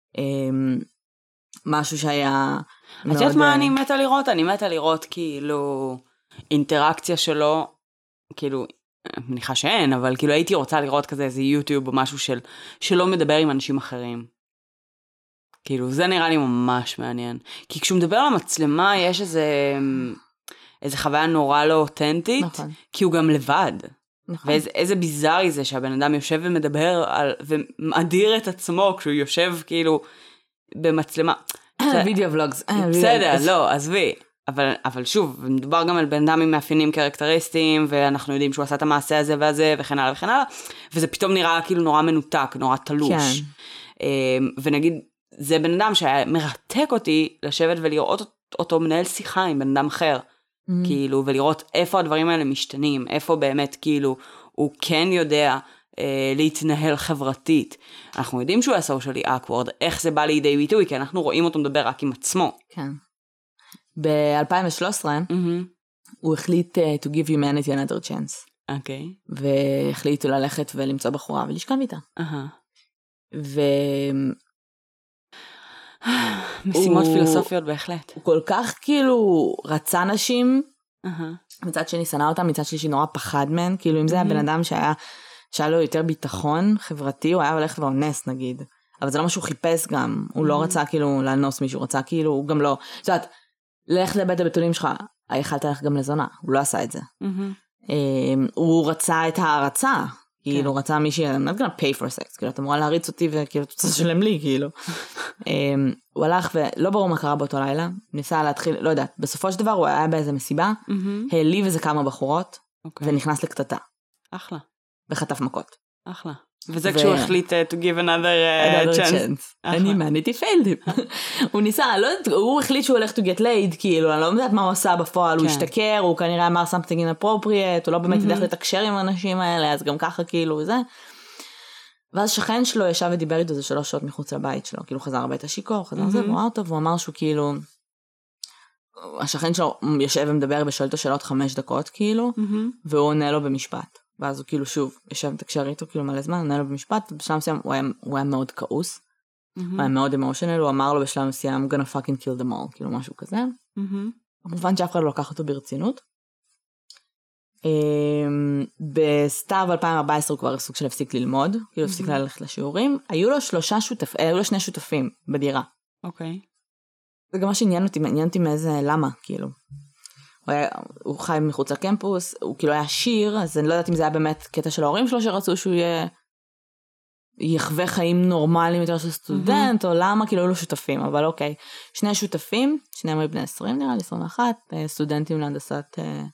משהו שהיה... את יודעת מה אני מתה לראות? אני מתה לראות כאילו, אינטראקציה שלו, כאילו, אני מניחה שאין, אבל כאילו הייתי רוצה לראות כזה איזה יוטיוב או משהו של, שלא מדבר עם אנשים אחרים. כאילו, זה נראה לי ממש מעניין. כי כשהוא מדבר על המצלמה, יש איזה, איזה חוויה נורא לא אותנטית, נכון. כי הוא גם לבד. נכון. ואיזה ביזארי זה שהבן אדם יושב ומדבר על, ומאדיר את עצמו כשהוא יושב כאילו במצלמה. וידאו ולוגס. בסדר, לא, עזבי. אבל, אבל שוב, מדובר גם על בן אדם עם מאפיינים קרקטריסטיים, ואנחנו יודעים שהוא עשה את המעשה הזה והזה, וכן הלאה וכן הלאה, וזה פתאום נראה כאילו נורא מנותק, נורא תלוש. כן. ונגיד, זה בן אדם שהיה מרתק אותי לשבת ולראות אותו מנהל שיחה עם בן אדם אחר, mm-hmm. כאילו, ולראות איפה הדברים האלה משתנים, איפה באמת כאילו הוא כן יודע אה, להתנהל חברתית. אנחנו יודעים שהוא היה socially awkward, איך זה בא לידי ביטוי, כי אנחנו רואים אותו מדבר רק עם עצמו. כן. ב-אלפיים ושלוש עשרה, mm-hmm. הוא החליט uh, to give humanity another chance. אוקיי. Okay. והחליטו ללכת ולמצוא בחורה ולשכב איתה. אהה. ו... משימות הוא... פילוסופיות בהחלט. הוא כל כך כאילו רצה נשים, uh-huh. מצד שני שנא אותם, מצד שלישי נורא פחד מהן, כאילו אם זה היה בן אדם שהיה, שהיה לו יותר ביטחון חברתי, הוא היה הולך ואונס נגיד. אבל זה לא משהו חיפש גם, הוא לא רצה כאילו לאנוס מישהו, הוא רצה כאילו, הוא גם לא, זאת אומרת, לך לבית הבתולים שלך, יכלת לך גם לזונה, הוא לא עשה את זה. הוא רצה את ההרצה, כאילו הוא רצה מישהי, I'm not gonna pay for sex, כאילו אתה אמורה להריץ אותי וכאילו אתה תשלם לי, כאילו. הוא הלך ולא ברור מה קרה באותו לילה, ניסה להתחיל, לא יודעת, בסופו של דבר הוא היה באיזה מסיבה, העליב איזה כמה בחורות, ונכנס לקטטה. אחלה. וחטף מכות. אחלה. וזה כשהוא החליט to give another chance. And humanity failed him. הוא ניסה, הוא החליט שהוא הולך to get laid, כאילו, אני לא יודעת מה הוא עשה בפועל, הוא השתכר, הוא כנראה אמר something inappropriate, הוא לא באמת ידע לתקשר עם האנשים האלה, אז גם ככה כאילו זה. ואז שכן שלו ישב ודיבר איתו זה שלוש שעות מחוץ לבית שלו, כאילו חזר הביתה שיכור, חזר זה, והוא ראה אותו, והוא אמר שהוא כאילו, השכן שלו יושב ומדבר ושואל אותו שאלות חמש דקות, כאילו, והוא עונה לו במשפט. ואז הוא כאילו שוב יושב מתקשר איתו כאילו מלא זמן, עונה לו במשפט, בשלב מסוים הוא היה, הוא היה מאוד כעוס, mm-hmm. הוא היה מאוד אמושיונל, הוא אמר לו בשלב מסוים, I'm gonna fucking kill them all, כאילו משהו כזה. Mm-hmm. כמובן שאף אחד לא לקח אותו ברצינות. בסתיו אלפיים וארבע עשרה הוא כבר סוג של הפסיק ללמוד, כאילו הפסיק mm-hmm. ללכת לשיעורים, היו לו שלושה שותפים, היו לו שני שותפים בדירה. אוקיי. Okay. זה גם מה שעניין אותי, מעניין אותי מאיזה, למה, כאילו. הוא, היה, הוא חי מחוץ לקמפוס, הוא כאילו היה שיר, אז אני לא יודעת אם זה היה באמת קטע של ההורים שלו שרצו שהוא יהיה, יחווה חיים נורמליים יותר של סטודנט, mm-hmm. או למה, כאילו היו לו שותפים, אבל אוקיי. שני שותפים, שניהם היו בני עשרים נראה לי, עשרים ואחת, סטודנטים להנדסת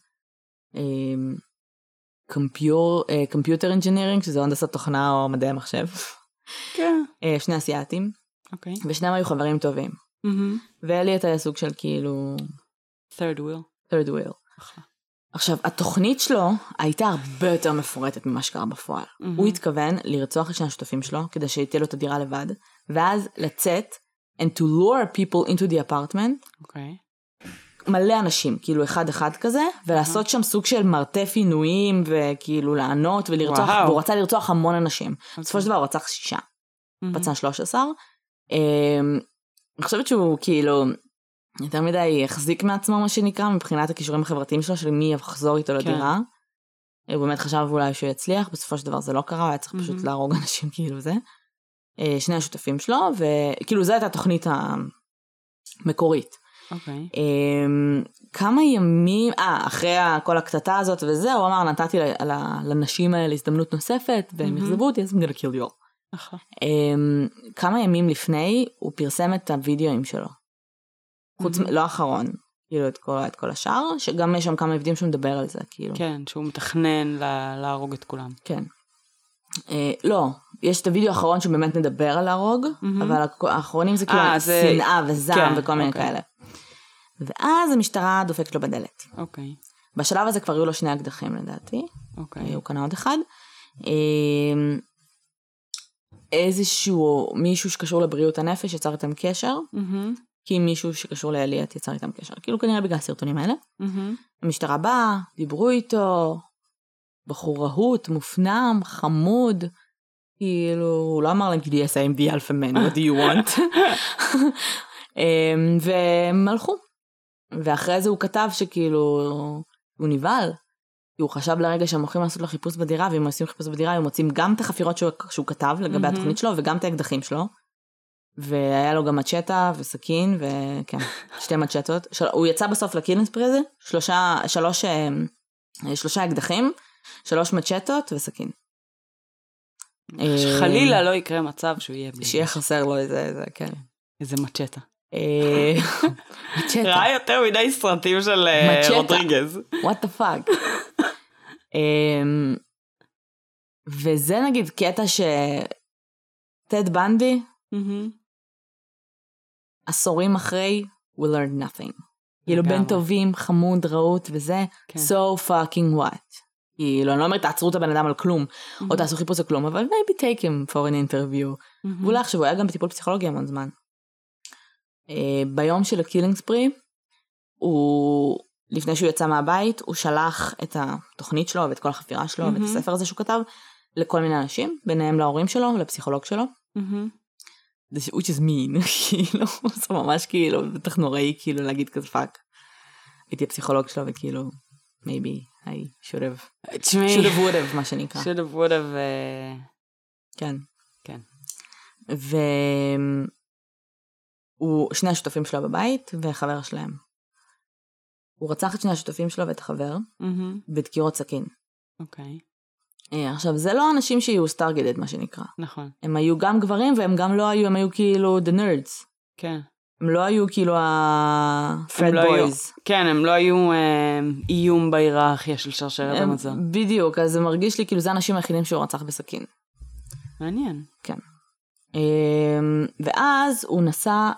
קומפיוטר אינג'ינירינג, שזה הנדסת תוכנה או מדעי המחשב. כן. שני אסיאטים. אוקיי. ושניהם היו חברים טובים. Mm-hmm. ואליוט היה סוג של כאילו... third wheel. third wheel. Okay. עכשיו, התוכנית שלו הייתה הרבה יותר מפורטת ממה שקרה בפועל. Mm-hmm. הוא התכוון לרצוח את שני השותפים שלו, כדי שייתן לו את הדירה לבד, ואז לצאת, and to lure people into the apartment, okay. מלא אנשים, כאילו אחד אחד כזה, ולעשות mm-hmm. שם סוג של מרתף עינויים, וכאילו לענות ולרצוח, wow. והוא רצה לרצוח המון אנשים. Okay. בסופו של דבר הוא רצח שישה, mm-hmm. פצע שלוש עשר. Um, אני חושבת שהוא כאילו... יותר מדי החזיק מעצמו מה שנקרא, מבחינת הכישורים החברתיים שלו, של מי יחזור איתו לדירה. הוא באמת חשב אולי שהוא יצליח, בסופו של דבר זה לא קרה, הוא היה צריך פשוט להרוג אנשים כאילו זה. שני השותפים שלו, וכאילו זו הייתה התוכנית המקורית. אוקיי. כמה ימים, אה, אחרי כל הקטטה הזאת וזה, הוא אמר, נתתי לנשים האלה הזדמנות נוספת, והם יחזבו אותי, אז I'm gonna kill you all. כמה ימים לפני, הוא פרסם את הוידאוים שלו. חוץ, לא האחרון, כאילו את כל, את כל השאר, שגם יש שם כמה עבדים שמדבר על זה, כאילו. כן, שהוא מתכנן להרוג את כולם. כן. אה, לא, יש את הוידאו האחרון שבאמת מדבר על להרוג, mm-hmm. אבל האחרונים זה כאילו 아, זה... שנאה וזעם כן, וכל מיני okay. כאלה. ואז המשטרה דופקת לו בדלת. אוקיי. Okay. בשלב הזה כבר היו לו שני אקדחים לדעתי. אוקיי. Okay. הוא קנה עוד אחד. אה, איזשהו, מישהו שקשור לבריאות הנפש יצר איתם קשר. Mm-hmm. כי מישהו שקשור לאליית יצר איתם קשר. כאילו כנראה בגלל הסרטונים האלה. Mm-hmm. המשטרה באה, דיברו איתו, בחור רהוט, מופנם, חמוד, כאילו, הוא לא אמר להם, כאילו, yes, I'm the alpha man, what do you want? והם הלכו. ואחרי זה הוא כתב שכאילו, הוא נבהל, כי הוא חשב לרגע שהם הולכים לעשות לו חיפוש בדירה, ואם עושים חיפוש בדירה, הם מוצאים גם את החפירות שהוא, שהוא כתב לגבי mm-hmm. התוכנית שלו, וגם את האקדחים שלו. והיה לו גם מצ'טה וסכין, וכן, שתי מצ'טות. של... הוא יצא בסוף לקילנספרי הזה, שלושה, שלוש, שלושה אקדחים, שלוש מצ'טות וסכין. חלילה לא יקרה מצב שהוא יהיה בלי. שיהיה חסר לו איזה, איזה, כן. איזה מצ'טה. מצ'טה. ראה יותר מדי סרטים של רודריגז. What the fuck. וזה נגיד קטע ש... טד בנדי, עשורים אחרי, we learned nothing. כאילו בין טובים, חמוד, רעות וזה, so fucking what. כאילו, אני לא אומרת, תעצרו את הבן אדם על כלום, או תעשו חיפוש על כלום, אבל maybe take him for an interview. ואולי עכשיו, הוא היה גם בטיפול פסיכולוגי המון זמן. ביום של הקילינגספרי, הוא, לפני שהוא יצא מהבית, הוא שלח את התוכנית שלו, ואת כל החפירה שלו, ואת הספר הזה שהוא כתב, לכל מיני אנשים, ביניהם להורים שלו, לפסיכולוג שלו. which is mean, כאילו, זה ממש כאילו, בטח נוראי, כאילו, להגיד כזה פאק. הייתי הפסיכולוג שלו, וכאילו, maybe I should have, should have would have, מה שנקרא. should have would have, כן. כן. והוא, שני השותפים שלו בבית, וחבר שלהם. הוא רצח את שני השותפים שלו ואת החבר, בדקירות סכין. אוקיי. עכשיו, זה לא אנשים שיהיו stargated, מה שנקרא. נכון. הם היו גם גברים, והם גם לא היו, הם היו כאילו the nerds. כן. הם לא היו כאילו ה-fred boys. כן, הם לא היו איום בהיררכיה של שרשרת המזון. בדיוק, אז זה מרגיש לי כאילו זה האנשים היחידים שהוא רצח בסכין. מעניין. כן. ואז הוא נסע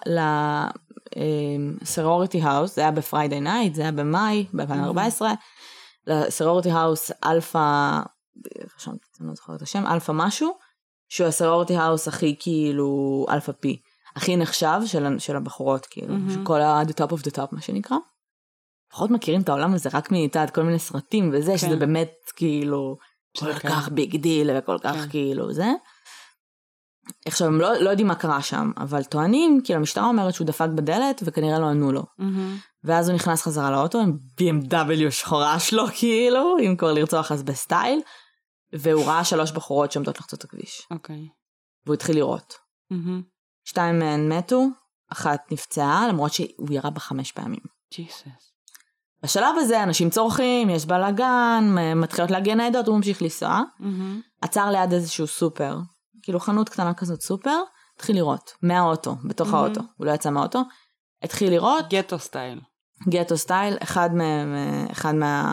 לסרוריטי האוס, זה היה בפריידי נייט, זה היה במאי, ב-אלפיים וארבע עשרה, לסרוריטי האוס אלפא, אני לא זוכרת את השם, אלפא משהו, שהוא הסרוריטי האוס הכי כאילו, אלפא פי, הכי נחשב של, של הבחורות, כאילו, mm-hmm. שכל ה-the top of the top, מה שנקרא. לפחות מכירים את העולם הזה רק מאיתת כל מיני סרטים וזה, כן. שזה באמת כאילו, כל כן. כך ביג דיל וכל כך כן. כאילו זה. עכשיו, הם לא, לא יודעים מה קרה שם, אבל טוענים, כאילו המשטרה אומרת שהוא דפק בדלת וכנראה לא ענו לו. Mm-hmm. ואז הוא נכנס חזרה לאוטו עם בי אם דאבליו שחורה שלו, כאילו, אם כבר לרצוח אז בסטייל, והוא ראה שלוש בחורות שעומדות לחצות את הכביש. אוקיי. Okay. והוא התחיל לראות. Mm-hmm. שתיים מהן מתו, אחת נפצעה, למרות שהוא ירה בחמש פעמים. ג'יסוס. בשלב הזה אנשים צורכים, יש בלגן, מתחילות להגיע ניידות, הוא ממשיך לנסוע. Mm-hmm. עצר ליד איזשהו סופר, כאילו חנות קטנה כזאת סופר, התחיל לראות, מהאוטו, בתוך mm-hmm. האוטו, הוא לא יצא מהאוטו, התחיל לראות. גטו סטייל. גטו סטייל, אחד מהם, אחד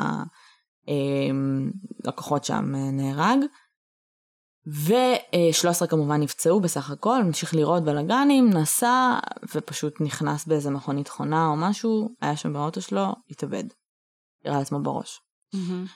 מהלקוחות שם נהרג, ו-שלוש עשרה כמובן נפצעו בסך הכל, ממשיך לראות בלגנים, נסע, ופשוט נכנס באיזה מכונית חונה או משהו, היה שם באוטו שלו, התאבד. יראה לעצמו בראש. Mm-hmm.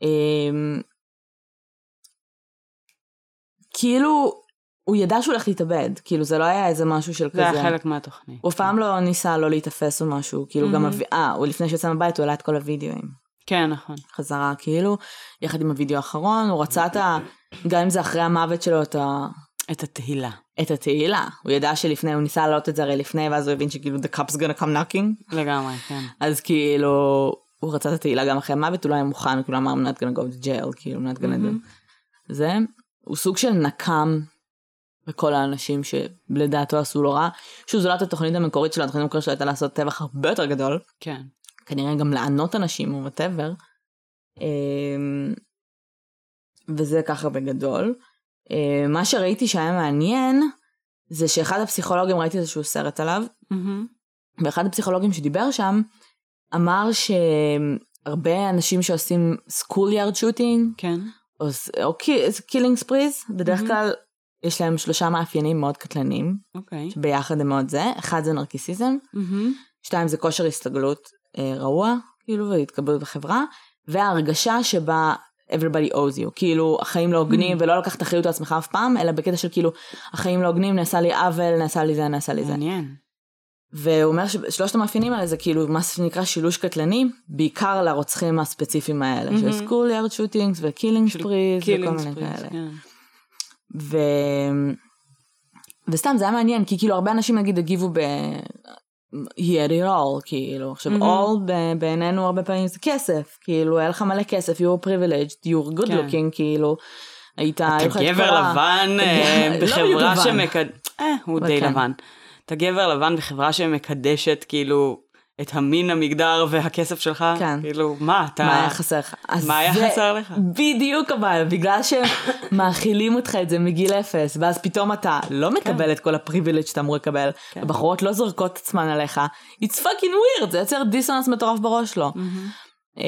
כאילו, הוא ידע שהוא הולך להתאבד, כאילו זה לא היה איזה משהו של כזה. זה היה חלק מהתוכנית. הוא פעם לא ניסה לא להתאפס או משהו, כאילו גם, אה, הוא לפני שיצא מבית, הוא העלה את כל הוידאוים. כן, נכון. חזרה, כאילו, יחד עם הוידאו האחרון, הוא רצה את ה... גם אם זה אחרי המוות שלו, את ה... את התהילה. את התהילה. הוא ידע שלפני, הוא ניסה לעלות את זה הרי לפני, ואז הוא הבין שכאילו, the cup's gonna come knocking. לגמרי, כן. אז כאילו, הוא רצה את התהילה גם אחרי המוות, הוא לא היה מוכן, כאילו אמר, I'm not gonna go to jail, כאילו, I'm not gonna do. זה, הוא סוג של נקם בכל האנשים שלדעתו עשו לו רע. שוב, זו לא את התוכנית המקורית שלה, התוכנית המקורית שלה הייתה לעשות טבח הרבה יותר גדול. כן. כנראה גם לענות אנשים או whatever. וזה ככה בגדול. מה שראיתי שהיה מעניין, זה שאחד הפסיכולוגים, ראיתי איזשהו סרט עליו, mm-hmm. ואחד הפסיכולוגים שדיבר שם, אמר שהרבה אנשים שעושים school yard shooting, כן. או, או killing sprees, בדרך mm-hmm. כלל יש להם שלושה מאפיינים מאוד קטלניים, okay. שביחד הם מאוד זה, אחד זה נרקיסיזם, mm-hmm. שתיים זה כושר הסתגלות אה, רעוע, כאילו, והתקבלות בחברה, וההרגשה שבה everybody owes you, כאילו החיים לא הוגנים, mm. ולא לקחת אחריות על עצמך אף פעם, אלא בקטע של כאילו, החיים לא הוגנים, נעשה לי עוול, נעשה לי זה, נעשה לי זה. מעניין. והוא אומר ששלושת המאפיינים האלה זה כאילו מה שנקרא שילוש קטלני, בעיקר לרוצחים הספציפיים האלה, mm-hmm. של school yard shootings ו-killing sprees וכל מיני כאלה. Yeah. ו... וסתם זה היה מעניין, כי כאילו הרבה אנשים נגיד הגיבו ב... he had it all, כאילו, עכשיו mm-hmm. all בעינינו הרבה פעמים זה כסף, כאילו, היה לך מלא כסף, you were privileged, you were good כן. looking, כאילו, היית... אתה גבר לבן בחברה שמקד... אה, הוא די כן. לבן. אתה גבר לבן בחברה שמקדשת, כאילו, את המין המגדר והכסף שלך, כן. כאילו, מה אתה... מה היה חסר לך? מה היה חסר לך? בדיוק אבל, בגלל שמאכילים אותך את זה מגיל אפס, ואז פתאום אתה לא מקבל כן. את כל הפריבילג' שאתה אמור לקבל, כן. הבחורות לא זורקות את עצמן עליך, it's fucking weird, זה יוצר דיסוננס מטורף בראש שלו. Mm-hmm.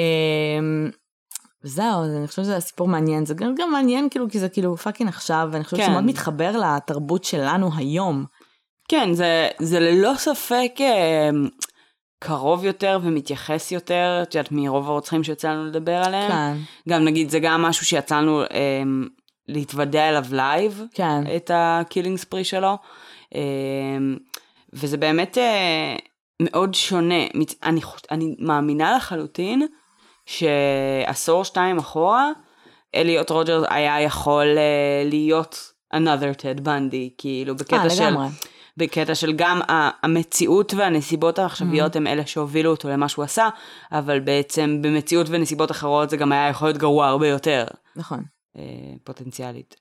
וזהו, אני חושבת שזה סיפור מעניין, זה גם, גם מעניין כאילו, כי זה כאילו פאקינג עכשיו, ואני חושבת כן. שזה מאוד מתחבר לתרבות שלנו היום. כן, זה, זה ללא ספק... קרוב יותר ומתייחס יותר, את יודעת, מרוב הרוצחים שיצא לנו לדבר עליהם. כן. גם נגיד, זה גם משהו שיצאנו אה, להתוודע אליו לייב, כן. את הקילינג ספרי שלו, אה, וזה באמת אה, מאוד שונה. אני, אני מאמינה לחלוטין, שעשור שתיים אחורה, אליוט רוג'רס היה יכול אה, להיות another Ted Bundy, כאילו, בקטע 아, של... לגמרי. בקטע של גם המציאות והנסיבות העכשוויות הם אלה שהובילו אותו למה שהוא עשה, אבל בעצם במציאות ונסיבות אחרות זה גם היה יכול להיות גרוע הרבה יותר. נכון. פוטנציאלית.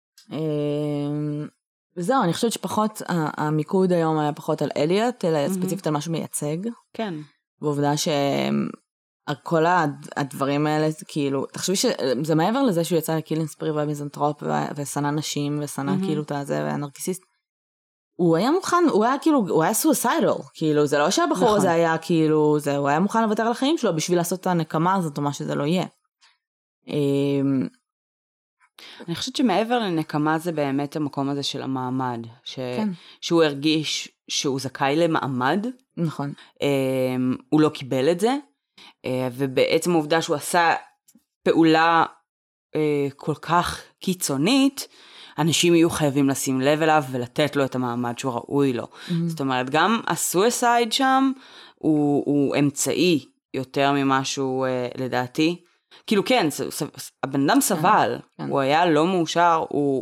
וזהו, אני חושבת שפחות, המיקוד היום היה פחות על אליוט, אלא ספציפית על משהו מייצג. כן. ועובדה שכל הדברים האלה, כאילו, תחשבי שזה מעבר לזה שהוא יצא לקילינג ספרי והמיזנטרופ ושנא נשים ושנא כאילו את הזה והנרקיסיסט, הוא היה מוכן, הוא היה כאילו, הוא היה סויסיידל, כאילו, זה לא שהבחור נכון. הזה היה כאילו, זה, הוא היה מוכן לוותר על החיים שלו בשביל לעשות את הנקמה הזאת או מה שזה לא יהיה. אני חושבת שמעבר לנקמה זה באמת המקום הזה של המעמד, ש... כן. שהוא הרגיש שהוא זכאי למעמד, נכון. הוא לא קיבל את זה, ובעצם העובדה שהוא עשה פעולה כל כך קיצונית, אנשים יהיו חייבים לשים לב אליו ולתת לו את המעמד שהוא ראוי לו. Mm-hmm. זאת אומרת, גם הסויסייד שם הוא, הוא אמצעי יותר ממשהו, לדעתי. כאילו כן, הבן אדם סבל, כן, הוא היה לא מאושר, הוא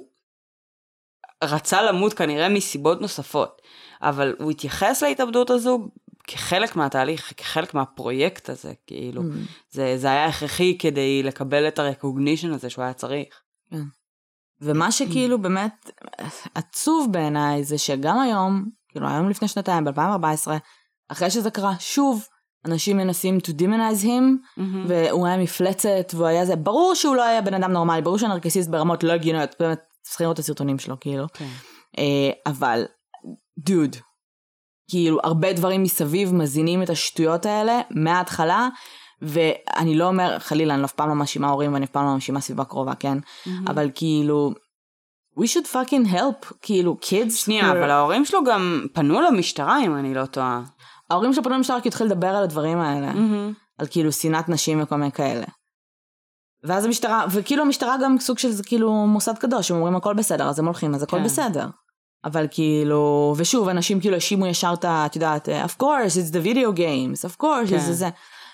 רצה למות כנראה מסיבות נוספות, אבל הוא התייחס להתאבדות הזו כחלק מהתהליך, כחלק מהפרויקט הזה, כאילו. Mm-hmm. זה, זה היה הכרחי כדי לקבל את הרקוגנישן הזה שהוא היה צריך. כן. ומה שכאילו באמת עצוב בעיניי זה שגם היום, כאילו היום לפני שנתיים, ב-אלפיים וארבע עשרה, אחרי שזה קרה, שוב, אנשים מנסים to demonize him, mm-hmm. והוא היה מפלצת, והוא היה זה, ברור שהוא לא היה בן אדם נורמלי, ברור שהוא נרקסיסט ברמות לא הגיוניות, באמת, צריכים לראות את הסרטונים שלו, כאילו. Okay. אבל, דוד, כאילו, הרבה דברים מסביב מזינים את השטויות האלה, מההתחלה, ואני לא אומר, חלילה, אני אף פעם לא מאשימה הורים, ואני אף פעם לא מאשימה סביבה קרובה, כן? Mm-hmm. אבל כאילו, we should fucking help, כאילו, kids. שנייה, were... אבל ההורים שלו גם פנו למשטרה, אם אני לא טועה. ההורים שלו פנו למשטרה, כי התחיל לדבר על הדברים האלה, mm-hmm. על כאילו, שנאת נשים וכל מיני כאלה. ואז המשטרה, וכאילו המשטרה גם סוג של זה כאילו מוסד קדוש, הם אומרים הכל בסדר, אז הם הולכים, אז הכל כן. בסדר. אבל כאילו, ושוב, אנשים כאילו השימו ישר את יודעת, of course, it's the video games, of course, כן. it's זה.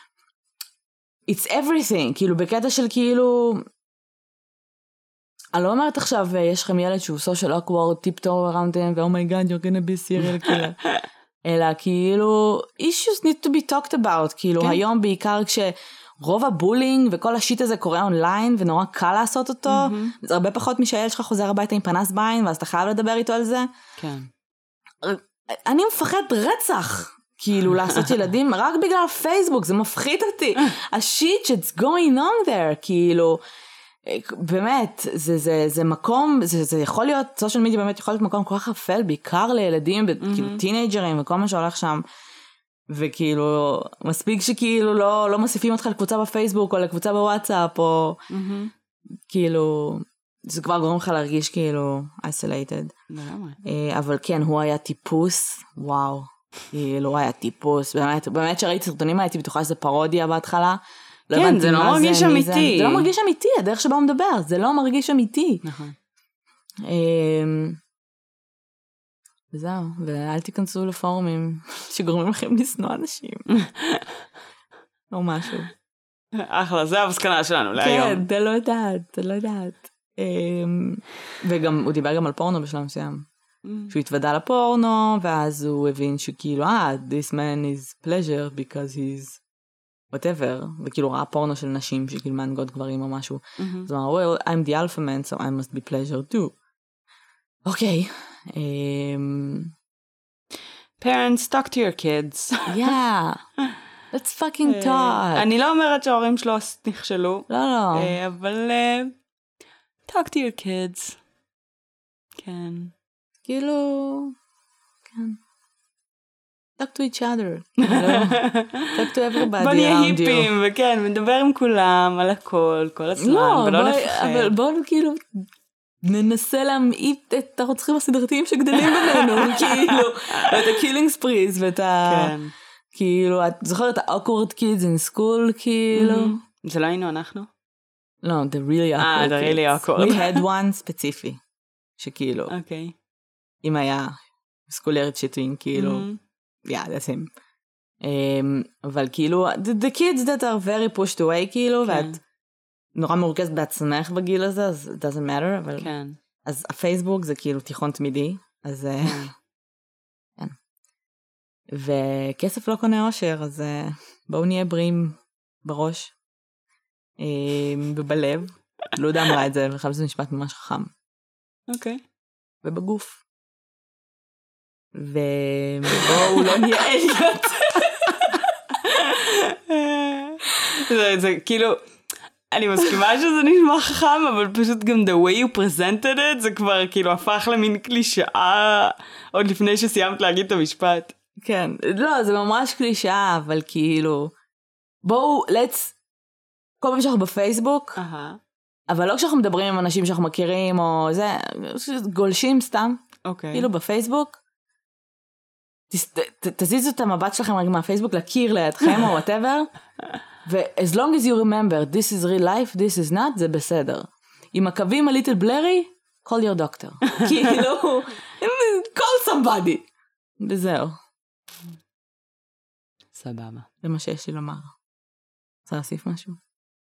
It's everything, כאילו בקטע של כאילו, אני לא אומרת עכשיו, יש לכם ילד שהוא social awkward, tiptoe around him, ו-oh my god, you're gonna be serial killer. אלא כאילו, issues need to be talked about, כאילו כן. היום בעיקר כשרוב הבולינג וכל השיט הזה קורה אונליין, ונורא קל לעשות אותו, mm-hmm. זה הרבה פחות משהילד שלך חוזר הביתה עם פנס בעין, ואז אתה חייב לדבר איתו על זה. כן. אני מפחד רצח. כאילו לעשות ילדים רק בגלל פייסבוק, זה מפחיד אותי. השיט that's going on there, כאילו, באמת, זה, זה, זה מקום, זה, זה יכול להיות, סושיאל מדיה באמת יכול להיות מקום כל כך אפל, בעיקר לילדים, mm-hmm. כאילו טינג'רים וכל מה שהולך שם, וכאילו, מספיק שכאילו לא, לא מוסיפים אותך לקבוצה בפייסבוק, או לקבוצה בוואטסאפ, או mm-hmm. כאילו, זה כבר גורם לך להרגיש כאילו, isolated. אבל כן, הוא היה טיפוס, וואו. כאילו, הוא היה טיפוס, באמת, באמת שראיתי סרטונים, הייתי בטוחה שזה פרודיה בהתחלה. כן, זה לא מרגיש אמיתי. זה לא מרגיש אמיתי, הדרך שבה הוא מדבר, זה לא מרגיש אמיתי. נכון. וזהו, ואל תיכנסו לפורומים שגורמים לכם לשנוא אנשים. או משהו. אחלה, זה המסקנה שלנו להיום. כן, אתה לא יודעת, אתה לא יודעת. וגם, הוא דיבר גם על פורנו בשלב מסוים. שהוא התוודע לפורנו, ואז הוא הבין שכאילו, אה, this man is pleasure because he's whatever, וכאילו ראה פורנו של נשים שכאילו מנגוד גברים או משהו. אז הוא אמר, well, I'm the alpha man, so I must be pleasure too. אוקיי. Parents, talk to your kids. Yeah. Let's fucking talk. אני לא אומרת שההורים שלו נכשלו. לא, לא. אבל talk to your kids. כן. כאילו, כן. talk to each other. talk to everybody. בוא נהיה היפים, וכן, מדבר עם כולם, על הכל, כל הזמן, ולא לפחד. אבל בואו כאילו, ננסה להמעיט את הרוצחים הסדרתיים שגדלים בינינו, כאילו, ואת ה-killing sprees, ואת ה... כאילו, את זוכרת את ה-awkward kids in school, כאילו? זה לא היינו אנחנו? לא, the really awkward kids. אה, the really awkward. We had one ספציפי, שכאילו... אוקיי. אם היה סקולרת שיטוין, כאילו, yeah, that's him. Um, אבל כאילו, the, the kids that are very pushed away, כאילו, ואת נורא מורכזת בעצמך בגיל הזה, אז it doesn't matter, אבל... כן. אז הפייסבוק זה כאילו תיכון תמידי, אז... כן. וכסף לא קונה אושר, אז בואו נהיה בריאים בראש, ובלב. לא יודע אמרה את זה, אבל זה משפט ממש חכם. אוקיי. ובגוף. ובואו לא נהיה אליות. זה, זה כאילו, אני מסכימה שזה נשמע חכם, אבל פשוט גם the way you presented it, זה כבר כאילו הפך למין קלישאה, עוד לפני שסיימת להגיד את המשפט. כן, לא, זה ממש קלישאה, אבל כאילו, בואו, let's, כל פעם שאנחנו בפייסבוק, אבל לא כשאנחנו מדברים עם אנשים שאנחנו מכירים, או זה, גולשים סתם, אוקיי. כאילו בפייסבוק, תזיזו את המבט שלכם רגע מהפייסבוק לקיר לידכם, או whatever, ו-as long as you remember, this is real life, this is not, זה בסדר. אם הקווים ה-little blurry, call your doctor. כאילו, call somebody. וזהו. סבבה. זה מה שיש לי לומר. רוצה להוסיף משהו?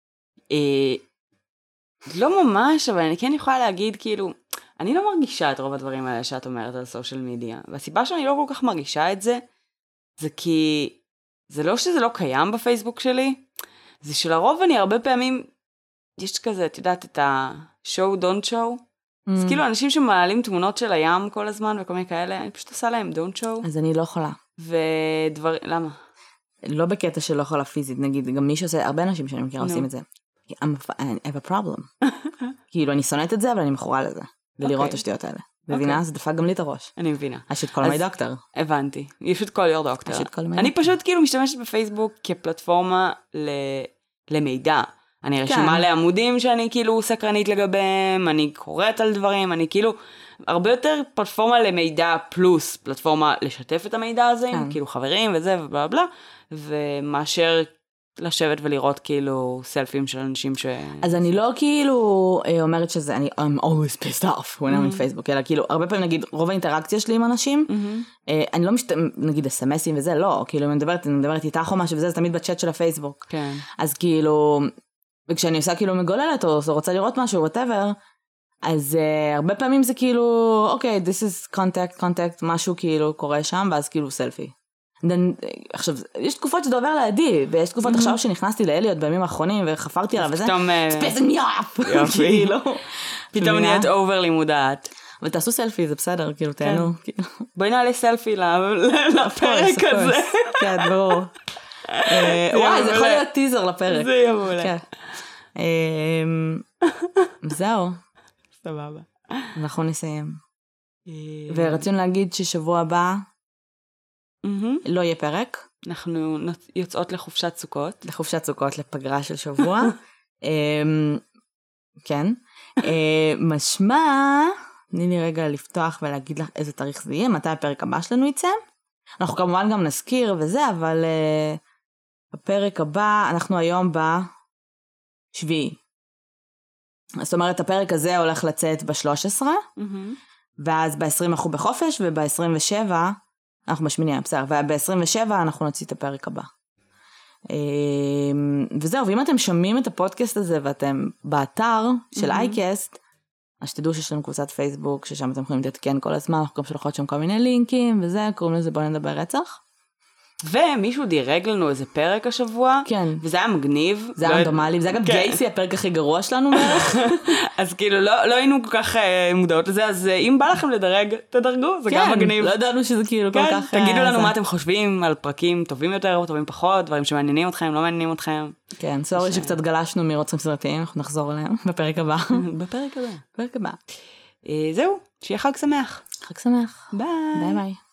לא ממש, אבל אני כן יכולה להגיד, כאילו, אני לא מרגישה את רוב הדברים האלה שאת אומרת על סושיאל מדיה. והסיבה שאני לא כל כך מרגישה את זה, זה כי, זה לא שזה לא קיים בפייסבוק שלי, זה שלרוב אני הרבה פעמים, יש כזה, את יודעת, את ה-show don't show, mm. אז כאילו אנשים שמעלים תמונות של הים כל הזמן וכל מיני כאלה, אני פשוט עושה להם don't show. אז אני לא יכולה. ודבר, למה? לא בקטע שלא יכולה פיזית, נגיד, גם מי שעושה, הרבה אנשים שאני מכירה עושים את זה. I'm, I have a problem. כאילו, אני שונאת את זה, אבל אני מכורה לזה. ולראות את השטויות האלה. מבינה? זה דפק גם לי את הראש. אני מבינה. I should call my doctor. הבנתי. You should call your doctor. I should call my אני doctor. פשוט כאילו משתמשת בפייסבוק כפלטפורמה למידע. אני רשומה לעמודים שאני כאילו סקרנית לגביהם, אני קוראת על דברים, אני כאילו, הרבה יותר פלטפורמה למידע פלוס פלטפורמה לשתף את המידע הזה, עם כאילו חברים וזה ובלה בלה, ומאשר לשבת ולראות כאילו סלפים של אנשים ש... אז אני לא כאילו אומרת שזה, אני I'm always pissed off when I'm on Facebook, אלא כאילו הרבה פעמים נגיד רוב האינטראקציה שלי עם אנשים, אני לא משת... נגיד אס-אמסים וזה, לא, כאילו אני מדברת, אני מדברת איתך או משהו וזה, זה תמיד בצ'אט של הפייסבוק. כן. אז כאילו, וכשאני עושה כאילו מגוללת או רוצה לראות משהו, whatever, אז uh, הרבה פעמים זה כאילו, אוקיי, this is contact, contact, משהו כאילו קורה שם, ואז כאילו סלפי. Then, עכשיו, יש תקופות שזה עובר לידי, ויש תקופות mm-hmm. עכשיו שנכנסתי לאליות בימים האחרונים, וחפרתי עליו וזה, פתאום... It's pissing me off! כאילו. פתאום נהיית אובר לימודעת. אבל תעשו סלפי, זה בסדר, כאילו, תהנו. בואי נעלה סלפי לפרק הזה. כן, ברור. וואי, זה יכול להיות טיזר לפרק. זה יהיה מעולה. זהו. סבבה. אנחנו נסיים. ורצינו להגיד ששבוע הבא, לא יהיה פרק. אנחנו יוצאות לחופשת סוכות. לחופשת סוכות, לפגרה של שבוע. כן. משמע, תני לי רגע לפתוח ולהגיד לך איזה תאריך זה יהיה, מתי הפרק הבא שלנו יצא. אנחנו כמובן גם נזכיר וזה, אבל הפרק הבא, אנחנו היום בשביעי. זאת אומרת, הפרק הזה הולך לצאת ב-שלוש עשרה, ואז ב-עשרים אנחנו בחופש, וב-עשרים ושבע אנחנו משמיני, בסדר, וב-עשרים ושבע אנחנו נוציא את הפרק הבא. וזהו, ואם אתם שומעים את הפודקאסט הזה, ואתם באתר של אייקסט, אז שתדעו שיש לנו קבוצת פייסבוק, ששם אתם יכולים להתעדכן כל הזמן, אנחנו גם שולחות שם כל מיני לינקים, וזה, קוראים לזה בוא נדבר רצח. ומישהו דירג לנו איזה פרק השבוע, כן. וזה היה מגניב. זה היה רנדומלי, וזה היה גם גייסי, הפרק הכי גרוע שלנו בערך. אז כאילו לא, לא היינו כל כך מודעות לזה, אז אם בא לכם לדרג, תדרגו, זה גם מגניב. לא ידענו שזה כאילו כל כך... תגידו לנו מה אתם חושבים על פרקים טובים יותר או טובים פחות, דברים שמעניינים אתכם, לא מעניינים אתכם. כן, סורי שקצת גלשנו מרוצים סרטיים, אנחנו נחזור אליהם בפרק הבא. בפרק הבא. בפרק הבא. זהו, שיהיה חג שמח. חג שמח. ביי. ביי ביי.